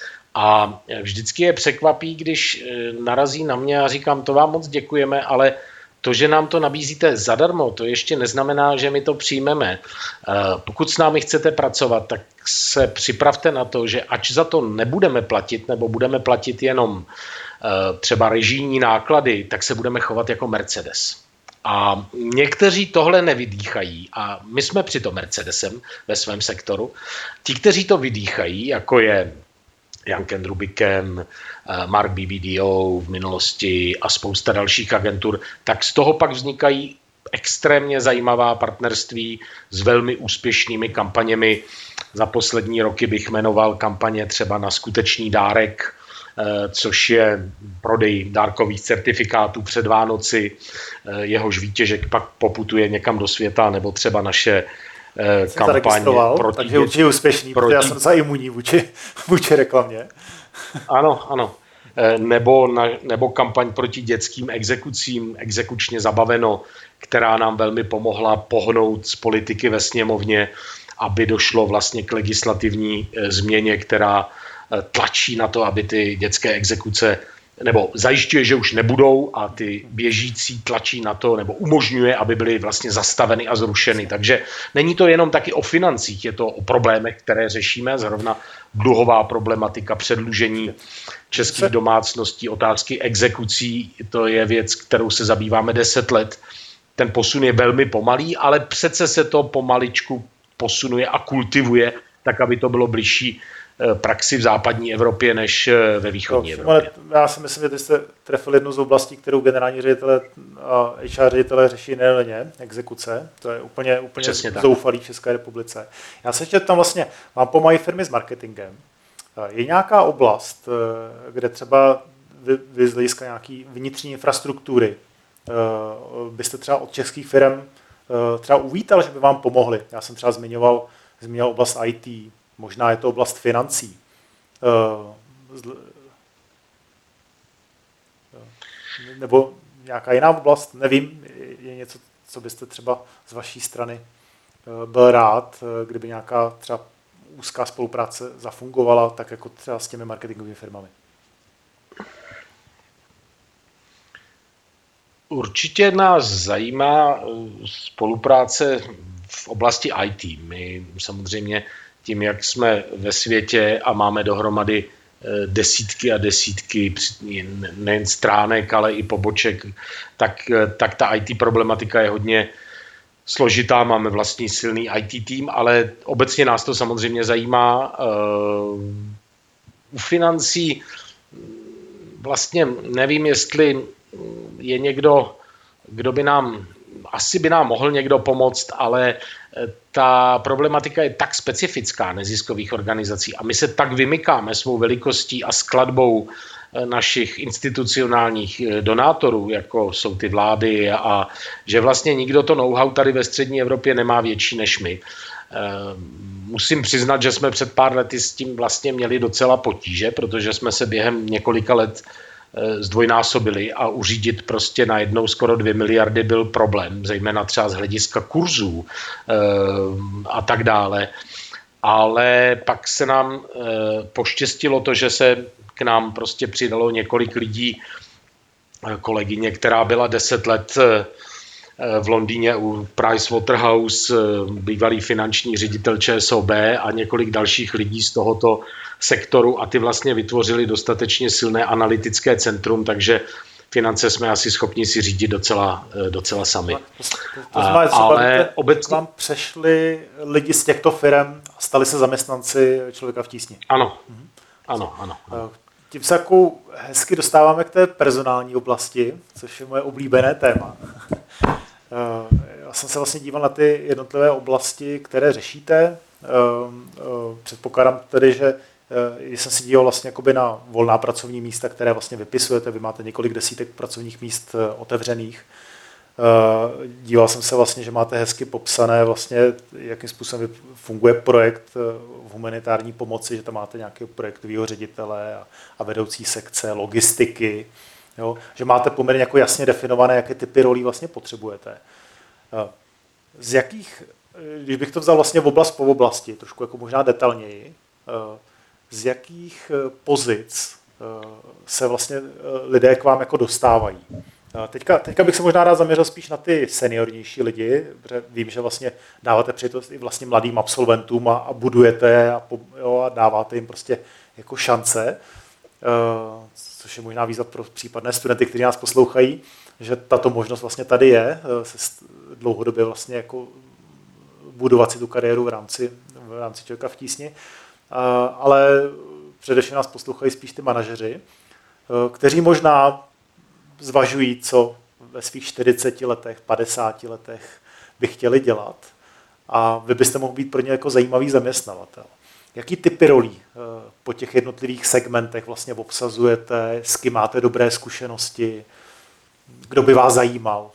A vždycky je překvapí, když narazí na mě a říkám, to vám moc děkujeme, ale to, že nám to nabízíte zadarmo, to ještě neznamená, že my to přijmeme. Pokud s námi chcete pracovat, tak se připravte na to, že ač za to nebudeme platit, nebo budeme platit jenom třeba režijní náklady, tak se budeme chovat jako Mercedes. A někteří tohle nevydýchají a my jsme přitom Mercedesem ve svém sektoru. Ti, kteří to vydýchají, jako je Janken Rubiken, Mark B B D O v minulosti a spousta dalších agentur, tak z toho pak vznikají extrémně zajímavá partnerství s velmi úspěšnými kampaněmi. Za poslední roky bych jmenoval kampaně třeba na skutečný dárek, což je prodej dárkových certifikátů před Vánoci, jehož výtěžek pak poputuje někam do světa, nebo třeba naše kampaň proti... Takže určitě úspěšný, proti... protože já jsem za imunní vůči, vůči reklamě. Ano, ano. Nebo, na, nebo kampaň proti dětským exekucím, exekučně zabaveno, která nám velmi pomohla pohnout z politiky ve sněmovně, aby došlo vlastně k legislativní změně, která tlačí na to, aby ty dětské exekuce, nebo zajišťuje, že už nebudou a ty běžící tlačí na to, nebo umožňuje, aby byly vlastně zastaveny a zrušeny. Takže není to jenom taky o financích, je to o problémech, které řešíme, zrovna dluhová problematika, předlužení českých domácností, otázky exekucí, to je věc, kterou se zabýváme deset let. Ten posun je velmi pomalý, ale přece se to pomaličku posunuje a kultivuje, tak aby to bylo bližší praxi v západní Evropě než ve východní no, Evropě. Já si myslím, že ty jste trefil jednu z oblastí, kterou generální ředitele a há er ředitele řeší nelenně, exekuce. To je úplně, úplně zoufalý v České republice. Já se ještě tam vlastně, vám pomáhají firmy s marketingem. Je nějaká oblast, kde třeba vy, vy z hlediska nějaký vnitřní infrastruktury byste třeba od českých firm třeba uvítal, že by vám pomohli? Já jsem třeba zmiňoval, zmiňoval oblast í té, možná je to oblast financí. Nebo nějaká jiná oblast, nevím, je něco, co byste třeba z vaší strany byl rád, kdyby nějaká třeba úzká spolupráce zafungovala, tak jako třeba s těmi marketingovými firmami. Určitě nás zajímá spolupráce v oblasti í té. My samozřejmě tím, jak jsme ve světě a máme dohromady desítky a desítky nejen stránek, ale i poboček, tak, tak ta í té problematika je hodně složitá. Máme vlastní silný í té tým, ale obecně nás to samozřejmě zajímá. U financí vlastně nevím, jestli je někdo, kdo by nám, asi by nám mohl někdo pomoct, ale ta problematika je tak specifická neziskových organizací a my se tak vymykáme svou velikostí a skladbou našich institucionálních donátorů, jako jsou ty vlády, a že vlastně nikdo to know-how tady ve střední Evropě nemá větší než my. Musím přiznat, že jsme před pár lety s tím vlastně měli docela potíže, protože jsme se během několika let zdvojnásobili a uřídit prostě najednou skoro dvě miliardy byl problém, zejména třeba z hlediska kurzů a tak dále. Ale pak se nám poštěstilo to, že se k nám prostě přidalo několik lidí, kolegyně, která byla deset let v Londýně u Pricewaterhouse, bývalý finanční ředitel ČSOB a několik dalších lidí z tohoto sektoru a ty vlastně vytvořili dostatečně silné analytické centrum, takže finance jsme asi schopni si řídit docela, docela sami. To, to znamená, třeba ale obecně vám přešli lidi z těchto firm a stali se zaměstnanci Člověka v tísni. Ano, mhm. ano, ano. ano. Tím se jako hezky dostáváme k té personální oblasti, což je moje oblíbené téma. Já jsem se vlastně díval na ty jednotlivé oblasti, které řešíte. Předpokládám tedy, že jsem si díval vlastně jakoby na volná pracovní místa, které vlastně vypisujete. Vy máte několik desítek pracovních míst otevřených. Díval jsem se vlastně, že máte hezky popsané vlastně, jakým způsobem funguje projekt v humanitární pomoci, že tam máte nějakého projektového ředitele a, a vedoucí sekce, logistiky, jo? Že máte poměrně jako jasně definované, jaké typy rolí vlastně potřebujete. Z jakých, když bych to vzal vlastně v oblast po oblasti, trošku jako možná detailněji, z jakých pozic se vlastně lidé k vám jako dostávají? Teďka, teďka bych se možná rád zaměřil spíš na ty seniornější lidi, protože vím, že vlastně dáváte příležitost i vlastně mladým absolventům a, a budujete a, jo, a dáváte jim prostě jako šance, uh, což je možná výzva pro případné studenty, kteří nás poslouchají, že tato možnost vlastně tady je, uh, se dlouhodobě vlastně jako budovat si tu kariéru v rámci, v rámci Člověka v tísni, uh, ale především nás poslouchají spíš ty manažeři, uh, kteří možná zvažují, co ve svých čtyřiceti letech, padesáti letech by chtěli dělat a vy byste mohl být pro ně jako zajímavý zaměstnavatel. Jaký typy rolí po těch jednotlivých segmentech vlastně obsazujete, s kým máte dobré zkušenosti, kdo by vás zajímal?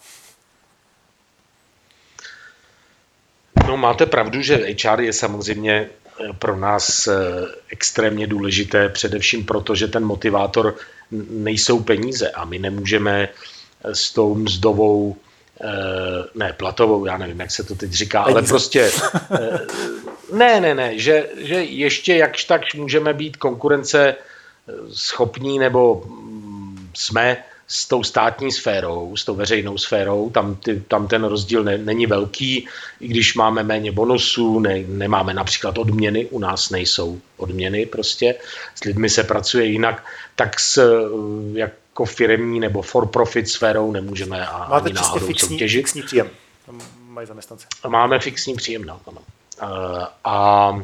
No, máte pravdu, že H R je samozřejmě pro nás extrémně důležité, především proto, že ten motivátor nejsou peníze a my nemůžeme s tou mzdovou, ne platovou, já nevím, jak se to teď říká, peníze. Ale prostě ne, ne, ne, že, že ještě jakž tak můžeme být konkurence schopní nebo jsme s tou státní sférou, s tou veřejnou sférou, tam, ty, tam ten rozdíl ne, není velký, i když máme méně bonusů, ne, nemáme například odměny, u nás nejsou odměny prostě, s lidmi se pracuje jinak, tak s jako firemní nebo for-profit sférou nemůžeme ani náhodou soutěžit. Máte fixní příjem, mají zaměstnanci. Máme fixní příjem, no. no. A, a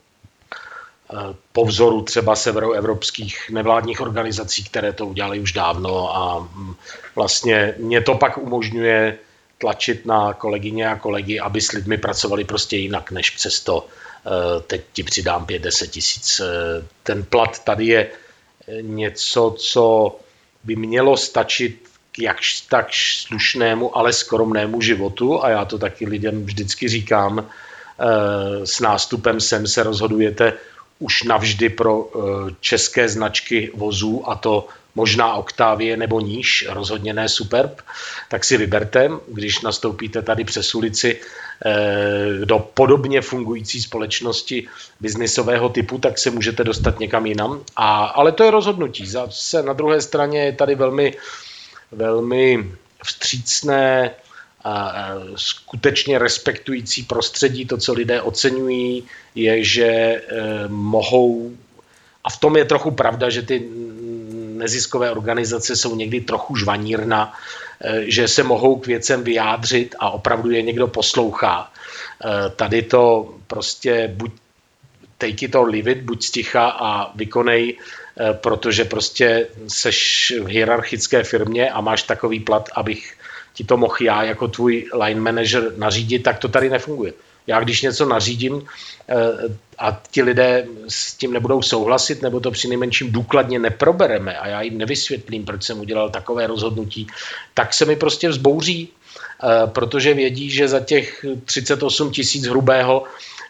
po vzoru třeba severoevropských nevládních organizací, které to udělali už dávno a vlastně mě to pak umožňuje tlačit na kolegyně a kolegy, aby s lidmi pracovali prostě jinak, než přesto teď ti přidám pět deset tisíc. Ten plat tady je něco, co by mělo stačit k jakž tak slušnému, ale skromnému životu a já to taky lidem vždycky říkám, s nástupem sem se rozhodujete už navždy pro české značky vozů, a to možná Octavie nebo níž, rozhodně ne Superb, tak si vyberte, když nastoupíte tady přes ulici do podobně fungující společnosti biznisového typu, tak se můžete dostat někam jinam. A, ale to je rozhodnutí. Zase na druhé straně je tady velmi, velmi vstřícné a skutečně respektující prostředí. To, co lidé oceňují, je, že eh, mohou, a v tom je trochu pravda, že ty neziskové organizace jsou někdy trochu žvanírna, eh, že se mohou k věcem vyjádřit a opravdu je někdo poslouchá. Eh, tady to prostě buď take it or leave it, buď sticha a vykonej, protože prostě seš v hierarchické firmě a máš takový plat, abych ti to mohl já jako tvůj line manager nařídit, tak to tady nefunguje. Já když něco nařídím a ti lidé s tím nebudou souhlasit, nebo to přinejmenším důkladně neprobereme a já jim nevysvětlím, proč jsem udělal takové rozhodnutí, tak se mi prostě vzbouří, protože vědí, že za těch třicet osm tisíc hrubého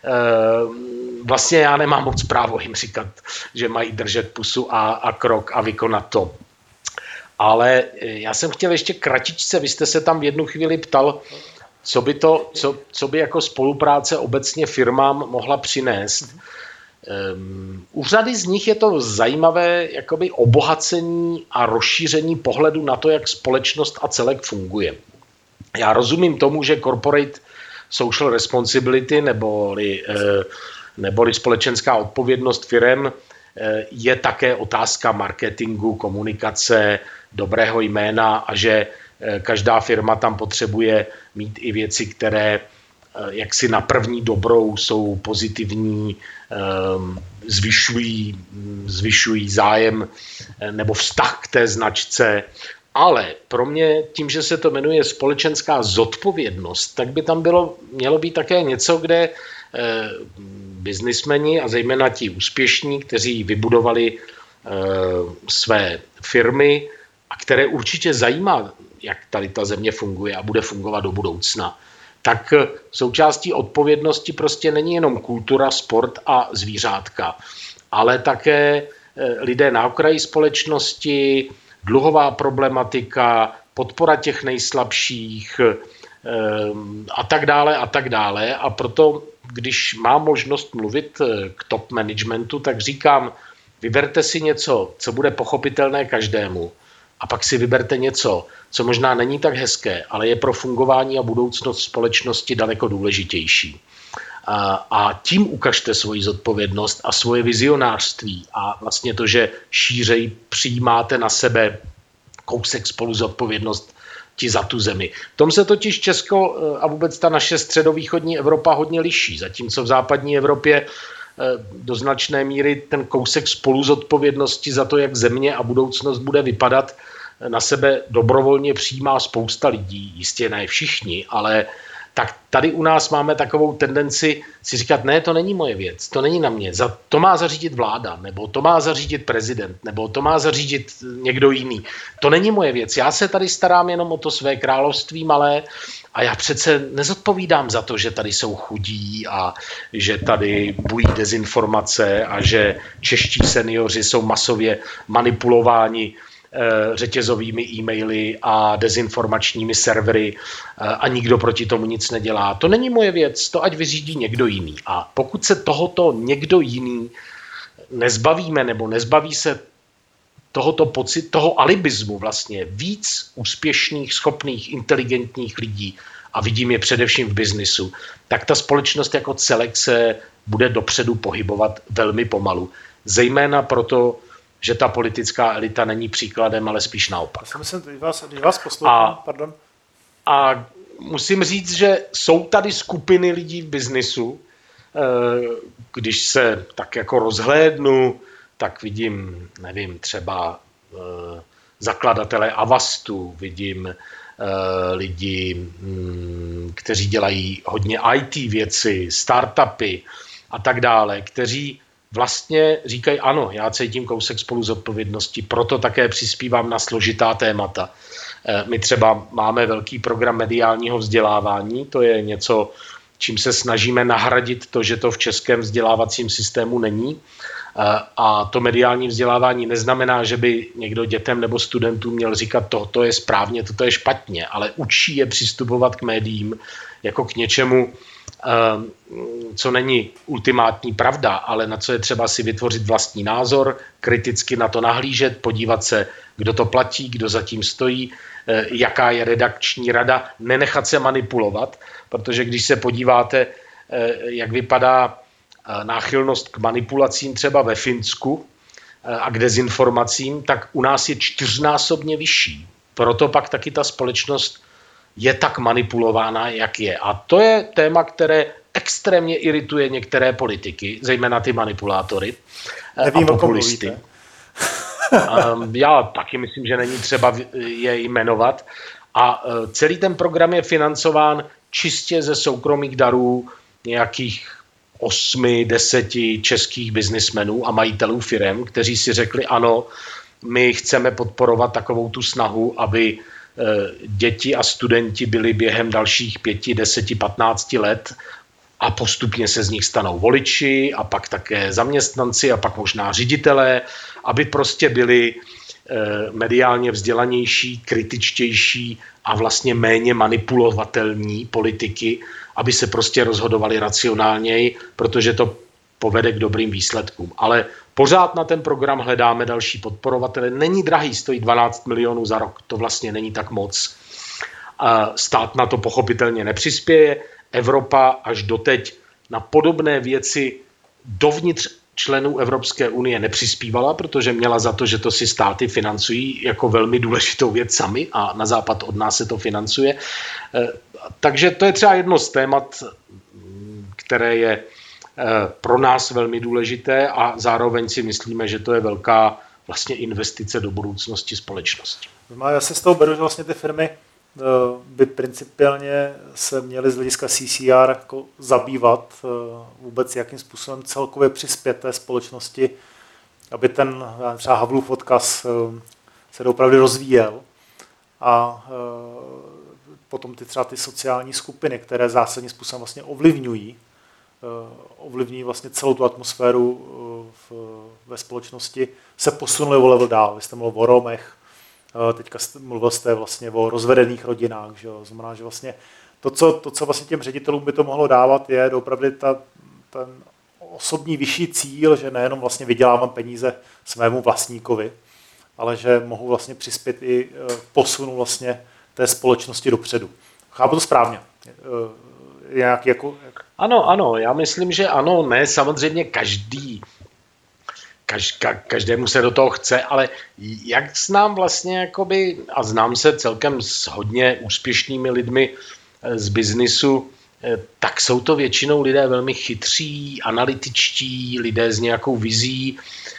vlastně já nemám moc právo jim říkat, že mají držet pusu a, a krok a vykonat to. Ale já jsem chtěl ještě kratičce, vy jste se tam v jednu chvíli ptal, co by, to, co, co by jako spolupráce obecně firmám mohla přinést. Um, u řady z nich je to zajímavé jakoby obohacení a rozšíření pohledu na to, jak společnost a celek funguje. Já rozumím tomu, že corporate social responsibility neboli, neboli společenská odpovědnost firem je také otázka marketingu, komunikace, dobrého jména a že každá firma tam potřebuje mít i věci, které jaksi na první dobrou jsou pozitivní, zvyšují, zvyšují zájem nebo vztah k té značce. Ale pro mě tím, že se to jmenuje společenská zodpovědnost, tak by tam bylo, mělo být také něco, kde eh, biznismeni a zejména ti úspěšní, kteří vybudovali eh, své firmy a které určitě zajímá, jak tady ta země funguje a bude fungovat do budoucna, tak součástí odpovědnosti prostě není jenom kultura, sport a zvířátka, ale také eh, lidé na okraji společnosti, dluhová problematika, podpora těch nejslabších a tak dále a tak dále. A proto, když mám možnost mluvit k top managementu, tak říkám, vyberte si něco, co bude pochopitelné každému. A pak si vyberte něco, co možná není tak hezké, ale je pro fungování a budoucnost společnosti daleko důležitější. A, a tím ukažte svoji zodpovědnost a svoje vizionářství a vlastně to, že šířej přijímáte na sebe kousek spolu zodpovědnost ti za tu zemi. V tom se totiž Česko a vůbec ta naše středovýchodní Evropa hodně liší, zatímco v západní Evropě do značné míry ten kousek spolu zodpovědnosti za to, jak země a budoucnost bude vypadat, na sebe dobrovolně přijímá spousta lidí, jistě ne všichni, ale tak tady u nás máme takovou tendenci si říkat, ne, to není moje věc, to není na mě, za, to má zařídit vláda, nebo to má zařídit prezident, nebo to má zařídit někdo jiný. To není moje věc, já se tady starám jenom o to své království malé a já přece nezodpovídám za to, že tady jsou chudí a že tady bují dezinformace a že čeští seniori jsou masově manipulováni řetězovými e-maily a dezinformačními servery a nikdo proti tomu nic nedělá. To není moje věc, to ať vyřídí někdo jiný. A pokud se tohoto někdo jiný nezbavíme nebo nezbaví se tohoto pocit, toho alibismu vlastně víc úspěšných, schopných, inteligentních lidí a vidím je především v biznisu, tak ta společnost jako celek se bude dopředu pohybovat velmi pomalu. Zejména proto, že ta politická elita není příkladem, ale spíš naopak. Já si myslím, když vás, když vás poslouchám, a, pardon. A musím říct, že jsou tady skupiny lidí v biznisu, když se tak jako rozhlédnu, tak vidím, nevím, třeba zakladatele Avastu, vidím lidi, kteří dělají hodně í té věci, startupy a tak dále, kteří vlastně říkají, ano, já cítím kousek spolu zodpovědnosti, proto také přispívám na složitá témata. My třeba máme velký program mediálního vzdělávání, to je něco, čím se snažíme nahradit to, že to v českém vzdělávacím systému není. A to mediální vzdělávání neznamená, že by někdo dětem nebo studentům měl říkat, toto je správně, toto je špatně, ale učí je přistupovat k médiím jako k něčemu, co není ultimátní pravda, ale na co je třeba si vytvořit vlastní názor, kriticky na to nahlížet, podívat se, kdo to platí, kdo za tím stojí, jaká je redakční rada, nenechat se manipulovat, protože když se podíváte, jak vypadá náchylnost k manipulacím třeba ve Finsku a k dezinformacím, tak u nás je čtyřnásobně vyšší. Proto pak taky ta společnost je tak manipulována, jak je. A to je téma, které extrémně irituje některé politiky, zejména ty manipulátory Nevím, a populisty. Já taky myslím, že není třeba je jmenovat. A celý ten program je financován čistě ze soukromých darů nějakých osmi, deseti českých biznismenů a majitelů firem, kteří si řekli ano, my chceme podporovat takovou tu snahu, aby děti a studenti byli během dalších pěti, deseti, patnácti let a postupně se z nich stanou voliči a pak také zaměstnanci a pak možná ředitelé, aby prostě byli mediálně vzdělanější, kritičtější a vlastně méně manipulovatelní politiky, aby se prostě rozhodovali racionálněji, protože to povede k dobrým výsledkům. Ale pořád na ten program hledáme další podporovatele. Není drahý, stojí dvanáct milionů za rok. To vlastně není tak moc. Stát na to pochopitelně nepřispěje. Evropa až doteď na podobné věci dovnitř členů Evropské unie nepřispívala, protože měla za to, že to si státy financují jako velmi důležitou věc sami a na západ od nás se to financuje. Takže to je třeba jedno z témat, které je pro nás velmi důležité a zároveň si myslíme, že to je velká vlastně investice do budoucnosti společnosti. Já se z toho beru, že vlastně ty firmy by principiálně se měly z hlediska C C R jako zabývat vůbec, jakým způsobem celkově přispět té společnosti, aby ten třeba Havlův odkaz se opravdu rozvíjel a potom ty třeba ty sociální skupiny, které zásadním způsobem vlastně ovlivňují ovlivní vlastně celou tu atmosféru v, ve společnosti, se posunuly o level dál. Vy jste mluvil o Romech, teďka jste, mluvil jste vlastně o rozvedených rodinách, že jo? Znamená, že vlastně to co, to, co vlastně těm ředitelům by to mohlo dávat, je opravdu ta, ten osobní vyšší cíl, že nejenom vlastně vydělávám peníze svému vlastníkovi, ale že mohu vlastně přispět i posunu vlastně té společnosti dopředu. Chápu to správně? Jak, jako... Ano, ano, já myslím, že ano, ne, samozřejmě každý, kaž, ka, každému se do toho chce, ale jak znám vlastně, jakoby, a znám se celkem s hodně úspěšnými lidmi z biznisu, tak jsou to většinou lidé velmi chytří, analytičtí, lidé s nějakou vizí,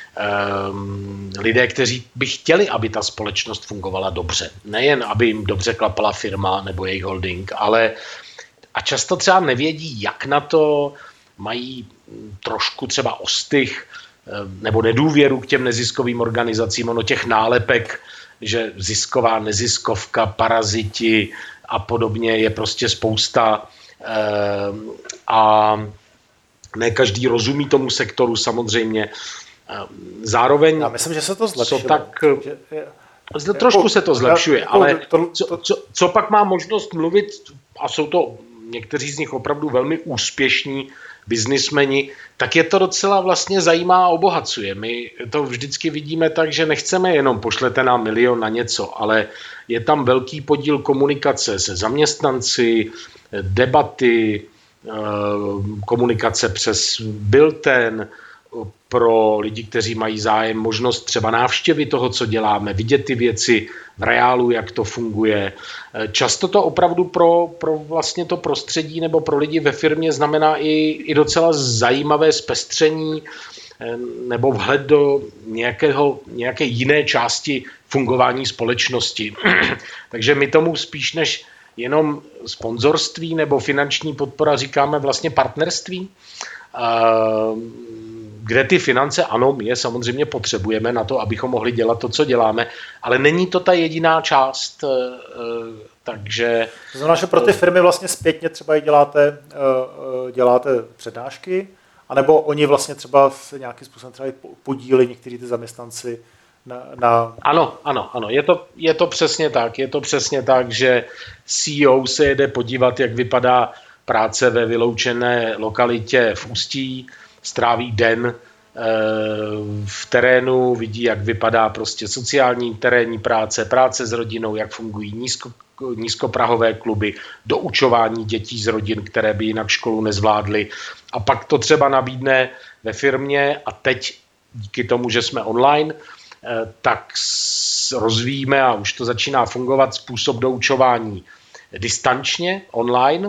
um, lidé, kteří by chtěli, aby ta společnost fungovala dobře. Nejen, aby jim dobře klapala firma nebo jejich holding, ale a často třeba nevědí, jak na to, mají trošku třeba ostych nebo nedůvěru k těm neziskovým organizacím, ono těch nálepek, že zisková, neziskovka, paraziti a podobně je prostě spousta a ne každý rozumí tomu sektoru samozřejmě. Zároveň... Já myslím, že se to zlepšilo. Co tak... Zde trošku se to zlepšuje, ale co, co, co pak má možnost mluvit, a jsou to někteří z nich opravdu velmi úspěšní biznismeni, tak je to docela vlastně zajímá a obohacuje. My to vždycky vidíme tak, že nechceme jenom pošlete nám milion na něco, ale je tam velký podíl komunikace se zaměstnanci, debaty, komunikace přes bulletin, pro lidi, kteří mají zájem, možnost třeba návštěvy toho, co děláme, vidět ty věci v reálu, jak to funguje. Často to opravdu pro, pro vlastně to prostředí nebo pro lidi ve firmě znamená i, i docela zajímavé zpestření nebo vhled do nějakého, nějaké jiné části fungování společnosti. Takže my tomu spíš než jenom sponzorství nebo finanční podpora říkáme vlastně partnerství, kde ty finance, ano, my je samozřejmě potřebujeme na to, abychom mohli dělat to, co děláme, ale není to ta jediná část, takže... To znamená, že pro ty firmy vlastně zpětně třeba děláte, děláte přednášky, anebo oni vlastně třeba se nějakým způsobem třeba podílí někteří ty zaměstnanci na... na... Ano, ano, ano, je to, je to přesně tak, je to přesně tak, že C E O se jede podívat, jak vypadá práce ve vyloučené lokalitě v Ústí, stráví den v terénu, vidí, jak vypadá prostě sociální terénní práce, práce s rodinou, jak fungují nízko, nízkoprahové kluby, doučování dětí z rodin, které by jinak školu nezvládly. A pak to třeba nabídne ve firmě a teď díky tomu, že jsme online, tak rozvíjíme a už to začíná fungovat způsob doučování distančně, online,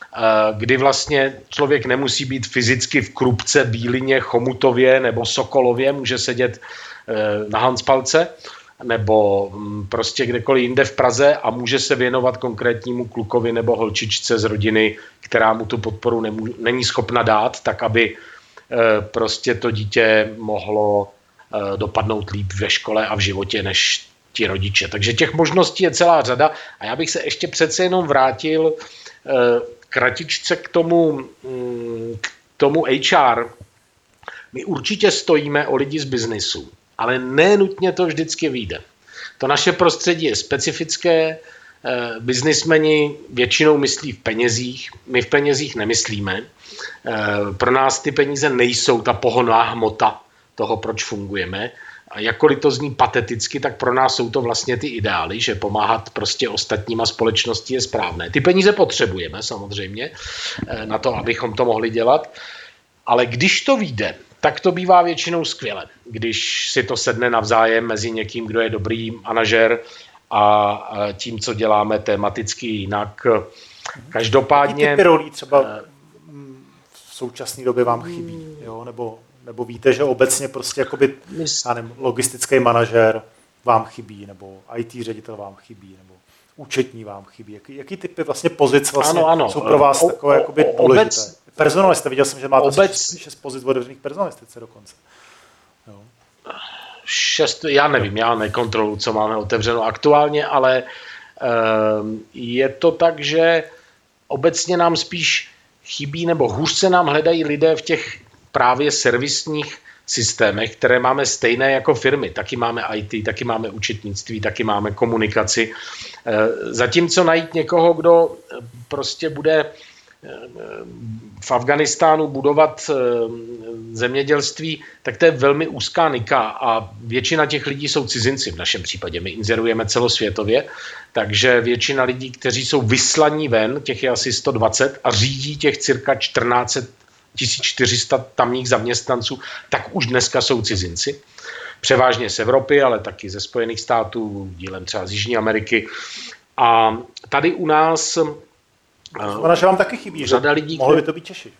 kdy vlastně člověk nemusí být fyzicky v Krupce, Bílině, Chomutově nebo Sokolově, může sedět na Hanspalce nebo prostě kdekoliv jinde v Praze a může se věnovat konkrétnímu klukovi nebo holčičce z rodiny, která mu tu podporu nemů- není schopna dát, tak aby prostě to dítě mohlo dopadnout líp ve škole a v životě než ti rodiče. Takže těch možností je celá řada a já bych se ještě přece jenom vrátil kratičce k tomu, k tomu H R. My určitě stojíme o lidi z biznisu, ale ne nutně to vždycky vyjde. To naše prostředí je specifické, biznismeni většinou myslí v penězích, my v penězích nemyslíme. Pro nás ty peníze nejsou ta pohonná hmota toho, proč fungujeme. A jakkoliv to zní pateticky, tak pro nás jsou to vlastně ty ideály, že pomáhat prostě ostatním a společnosti je správné. Ty peníze potřebujeme samozřejmě na to, abychom to mohli dělat, ale když to vyjde, tak to bývá většinou skvěle, když si to sedne navzájem mezi někým, kdo je dobrý manažer a tím, co děláme tematicky jinak. Každopádně... Jaký typy rolí třeba v současné době vám chybí, jo? Nebo, nebo víte, že obecně prostě jakoby, já nevím, logistický manažer vám chybí, nebo í té ředitel vám chybí, nebo účetní vám chybí. Jaký, jaký typy vlastně pozic vlastně ano, ano. jsou pro vás o, takové o, jakoby o, důležité? Obec, Personalista, viděl jsem, že máte obec, šest pozic otevřených personalistice dokonce. Jo. Šest, já nevím, já nekontroluji, co máme otevřeno aktuálně, ale um, je to tak, že obecně nám spíš chybí, nebo hůř se nám hledají lidé v těch právě servisních systémech, které máme stejné jako firmy. Taky máme í té, taky máme účetnictví, taky máme komunikaci. Zatímco najít někoho, kdo prostě bude v Afghánistánu budovat zemědělství, tak to je velmi úzká nika a většina těch lidí jsou cizinci v našem případě. My inzerujeme celosvětově, takže většina lidí, kteří jsou vyslaní ven, těch je asi sto dvacet a řídí těch cirka čtrnáct set, tisíc čtyři sta tamních zaměstnanců, tak už dneska jsou cizinci. Převážně z Evropy, ale taky ze Spojených států, dílem třeba z Jižní Ameriky. A tady u nás... Ona, že vám taky chybí, že lidí, mohli by to být Češi.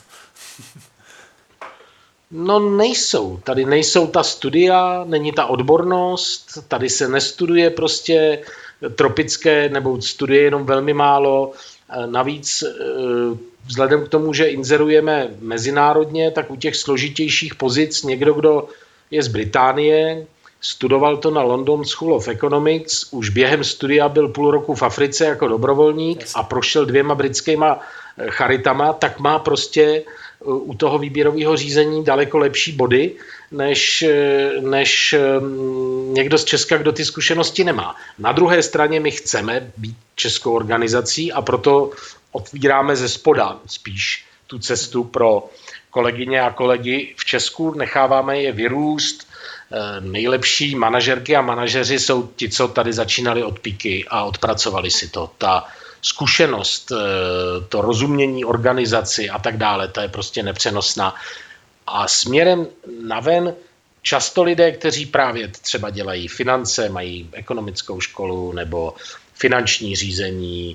No nejsou. Tady nejsou ta studia, není ta odbornost, tady se nestuduje prostě tropické, nebo studuje jenom velmi málo. Navíc vzhledem k tomu, že inzerujeme mezinárodně, tak u těch složitějších pozic někdo, kdo je z Británie, studoval to na London School of Economics, už během studia byl půl roku v Africe jako dobrovolník a prošel dvěma britskýma charitama, tak má prostě u toho výběrového řízení daleko lepší body, než, než někdo z Česka, kdo ty zkušenosti nemá. Na druhé straně my chceme být českou organizací a proto otvíráme ze spoda spíš tu cestu pro kolegyně a kolegy v Česku, necháváme je vyrůst. Nejlepší manažerky a manažeři jsou ti, co tady začínali od píky a odpracovali si to. Ta zkušenost, to rozumění organizaci a tak dále, to je prostě nepřenosná. A směrem naven často lidé, kteří právě třeba dělají finance, mají ekonomickou školu nebo finanční řízení,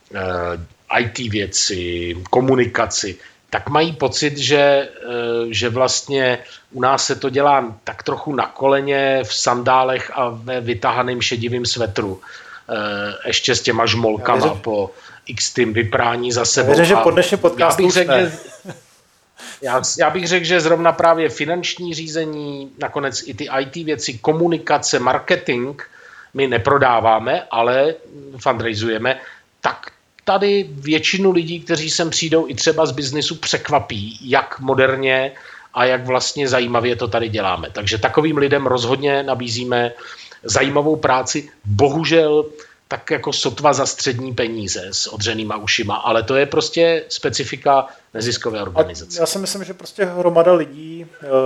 í té věci, komunikaci, tak mají pocit, že, že vlastně u nás se to dělá tak trochu na koleně, v sandálech a ve vytahaném šedivém svetru. Ještě s těma žmolkama věřím, po x tým vyprání za sebou. Věřím, že po dnešním podcastu já bych řekl, že, já, já bych řekl, že zrovna právě finanční řízení, nakonec i ty í té věci, komunikace, marketing, my neprodáváme, ale fundraizujeme, tak tady většinu lidí, kteří sem přijdou i třeba z biznisu, překvapí, jak moderně a jak vlastně zajímavě to tady děláme. Takže takovým lidem rozhodně nabízíme zajímavou práci, bohužel tak jako sotva za střední peníze s odřenýma ušima, ale to je prostě specifika neziskové organizace. A já si myslím, že prostě hromada lidí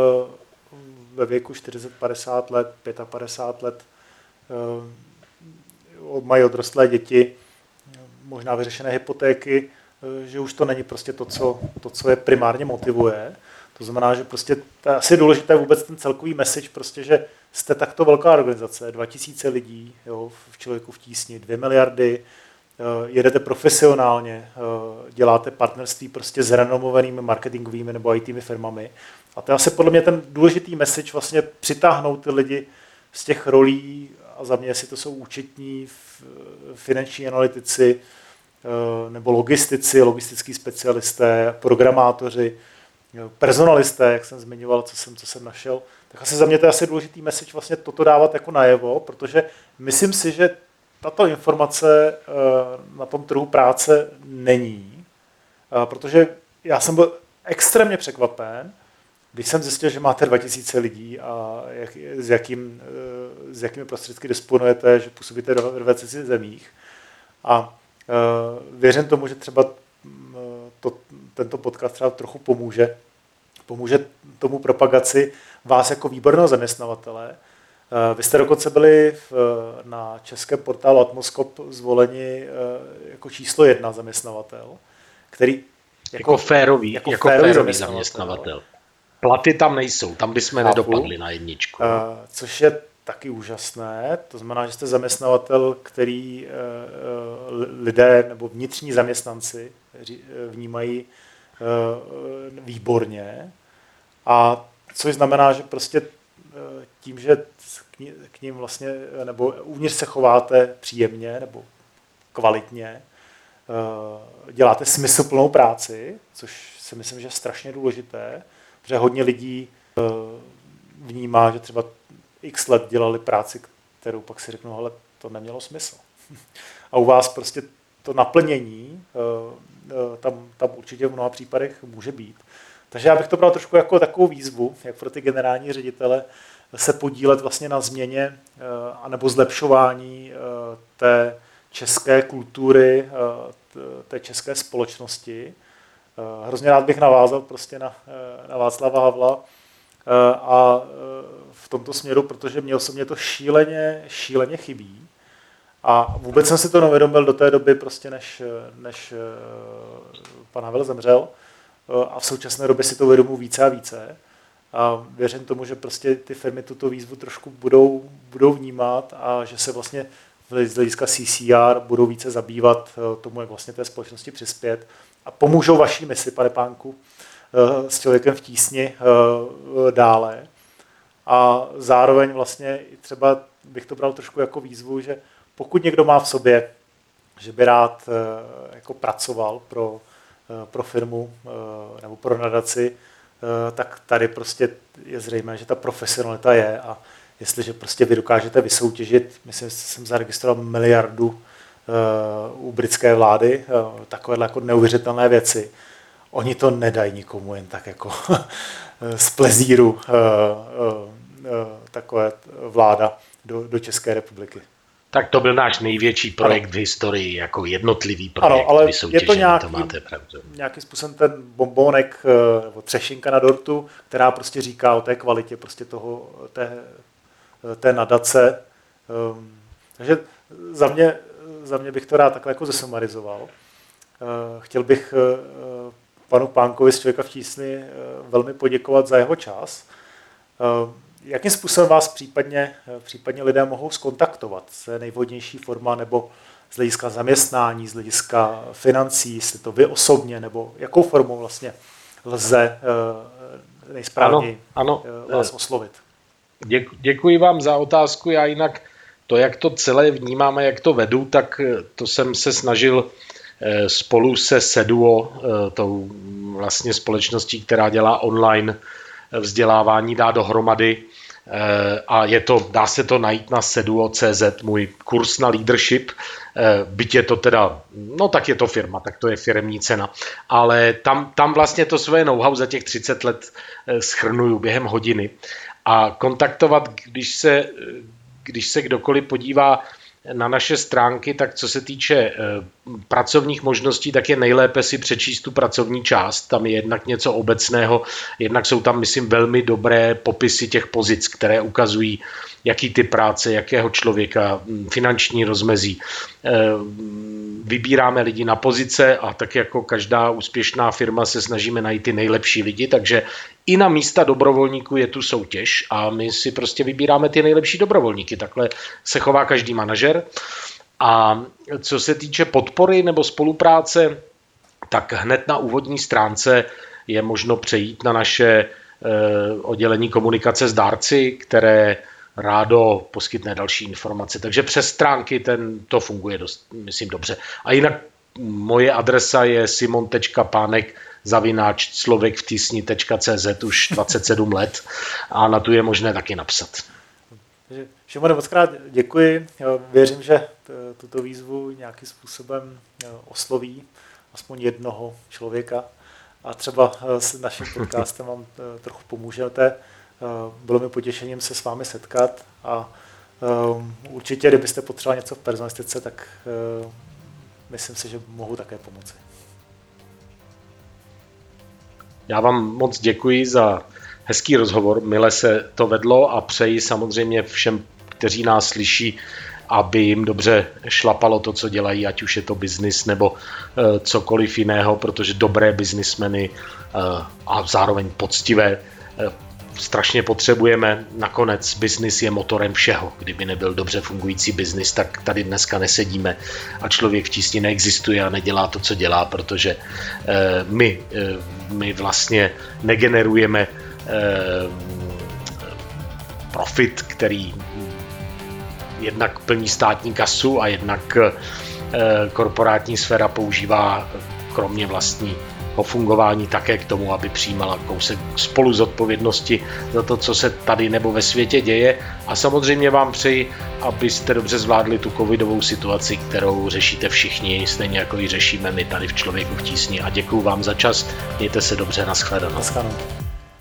ve věku čtyřicet padesát let, padesát pět let mají odrostlé děti, možná vyřešené hypotéky, že už to není prostě to, co, to, co je primárně motivuje. To znamená, že prostě to je asi důležité vůbec ten celkový message, prostě, že jste takto velká organizace, dva tisíce lidí, jo, v Člověku v tísni, dvě miliardy, jedete profesionálně, děláte partnerství prostě s renomovanými marketingovými nebo í té firmami. A to je asi podle mě ten důležitý message vlastně přitáhnout ty lidi z těch rolí, a za mě, jestli to jsou účetní, finanční analytici, nebo logistici, logistický specialisté, programátoři, personalisté, jak jsem zmiňoval, co jsem, co jsem našel, tak asi za mě to je asi důležitý message vlastně toto dávat jako najevo, protože myslím si, že tato informace na tom trhu práce není, protože já jsem byl extrémně překvapen, když jsem zjistil, že máte dva tisíce lidí a jak, s, jakým, s jakými prostředky disponujete, že působíte v dvaceti zemích. A věřím tomu, že třeba to, tento podcast třeba trochu pomůže. Pomůže tomu propagaci vás jako výborného zaměstnavatele. Vy jste dokonce byli v, na českém portálu Atmoskop zvoleni jako číslo jedna zaměstnavatel, který jako, jako férový, jako jako férový zaměstnavatel. zaměstnavatel. Platy tam nejsou, tam bychom Chápu. nedopadli na jedničku. Uh, což je taky úžasné, to znamená, že jste zaměstnavatel, který uh, lidé nebo vnitřní zaměstnanci vnímají uh, výborně. A což znamená, že prostě uh, tím, že k ním vlastně, nebo uvnitř se chováte příjemně nebo kvalitně, uh, děláte smysluplnou práci, což si myslím, že je strašně důležité, protože hodně lidí vnímá, že třeba x let dělali práci, kterou pak si řeknou, ale to nemělo smysl. A u vás prostě to naplnění tam, tam určitě v mnoha případech může být. Takže já bych to bral trošku jako takovou výzvu, jak pro ty generální ředitele, se podílet vlastně na změně anebo zlepšování té české kultury, té české společnosti. Hrozně rád bych navázal prostě na, na Václava Havla a v tomto směru, protože mě osobně to šíleně, šíleně chybí. A vůbec jsem si to neuvědomil do té doby, prostě než, než pan Havel zemřel. A v současné době si to uvědomuji více a více. A věřím tomu, že prostě ty firmy tuto výzvu trošku budou, budou vnímat a že se vlastně z hlediska C C R budou více zabývat tomu, jak vlastně té společnosti přispět. A pomůžou vaší misi, pane Pánku, s Člověkem v tísni dále. A zároveň vlastně třeba bych to bral trošku jako výzvu, že pokud někdo má v sobě, že by rád jako pracoval pro, pro firmu nebo pro nadaci, tak tady prostě je zřejmé, že ta profesionalita je a jestliže prostě vy dokážete vysoutěžit, myslím, že jsem zaregistroval miliardu u britské vlády, takovéhle jako neuvěřitelné věci. Oni to nedají nikomu jen tak jako z plezíru takové vláda do, do České republiky. Tak to byl náš největší projekt ano. v historii, jako jednotlivý projekt. Ano, ale je to nějaký, to máte pravdu. Nějakým způsobem ten bombónek nebo třešinka na dortu, která prostě říká o té kvalitě prostě toho, té, té nadace. Takže za mě Za mě bych to rád takhle jako zesumarizoval. Chtěl bych panu Pánkovi z Člověka v tísni velmi poděkovat za jeho čas. Jakým způsobem vás případně, případně lidé mohou skontaktovat? Co je nejvhodnější forma nebo z hlediska zaměstnání, z hlediska financí, jestli to vy osobně, nebo jakou formou vlastně lze nejsprávněji ano, ano. vás oslovit? Děkuji vám za otázku. Já jinak to, jak to celé vnímáme, jak to vedu, tak to jsem se snažil spolu se Seduo, tou vlastně společností, která dělá online vzdělávání, dá dohromady. A je to, dá se to najít na seduo tečka cé zet, můj kurz na leadership, byť je to teda, no tak je to firma, tak to je firemní cena, ale tam, tam vlastně to svoje know-how za těch třicet let shrnuju během hodiny a kontaktovat, když se, když se kdokoliv podívá na naše stránky, tak co se týče pracovních možností, tak je nejlépe si přečíst tu pracovní část. Tam je jednak něco obecného, jednak jsou tam, myslím, velmi dobré popisy těch pozic, které ukazují, jaký typ práce, jakého člověka, finanční rozmezí. Vybíráme lidi na pozice a tak jako každá úspěšná firma se snažíme najít ty nejlepší lidi, takže i na místa dobrovolníků je tu soutěž a my si prostě vybíráme ty nejlepší dobrovolníky. Takhle se chová každý manažer. A co se týče podpory nebo spolupráce, tak hned na úvodní stránce je možno přejít na naše oddělení komunikace s dárci, které rádo poskytne další informace. Takže přes stránky ten, to funguje dost, myslím, dobře. A jinak moje adresa je simon tečka pánek zavináč člověk v tísni tečka cé zet už dvacet sedm let a na tu je možné taky napsat. Šimone, moc krát děkuji. Věřím, že tuto výzvu nějakým způsobem osloví aspoň jednoho člověka a třeba s naším podcastem vám trochu pomůžete. Bylo mi potěšením se s vámi setkat a určitě, kdybyste potřebovali něco v personalistice, tak myslím si, že mohu také pomoci. Já vám moc děkuji za hezký rozhovor, mile se to vedlo a přeji samozřejmě všem, kteří nás slyší, aby jim dobře šlapalo to, co dělají, ať už je to biznis nebo uh, cokoliv jiného, protože dobré biznismeny uh, a zároveň poctivé uh, strašně potřebujeme. Nakonec biznis je motorem všeho. Kdyby nebyl dobře fungující biznis, tak tady dneska nesedíme a člověk v tísni neexistuje a nedělá to, co dělá, protože uh, my, uh, my vlastně negenerujeme uh, profit, který jednak plní státní kasu a jednak e, korporátní sféra používá kromě vlastního fungování také k tomu, aby přijímala kousek spolu zodpovědnosti za to, co se tady nebo ve světě děje. A samozřejmě vám přeji, abyste dobře zvládli tu covidovou situaci, kterou řešíte všichni, stejně jako ji řešíme my tady v Člověku v tísni. A děkuju vám za čas, mějte se dobře, nashledanou. Nashledanou.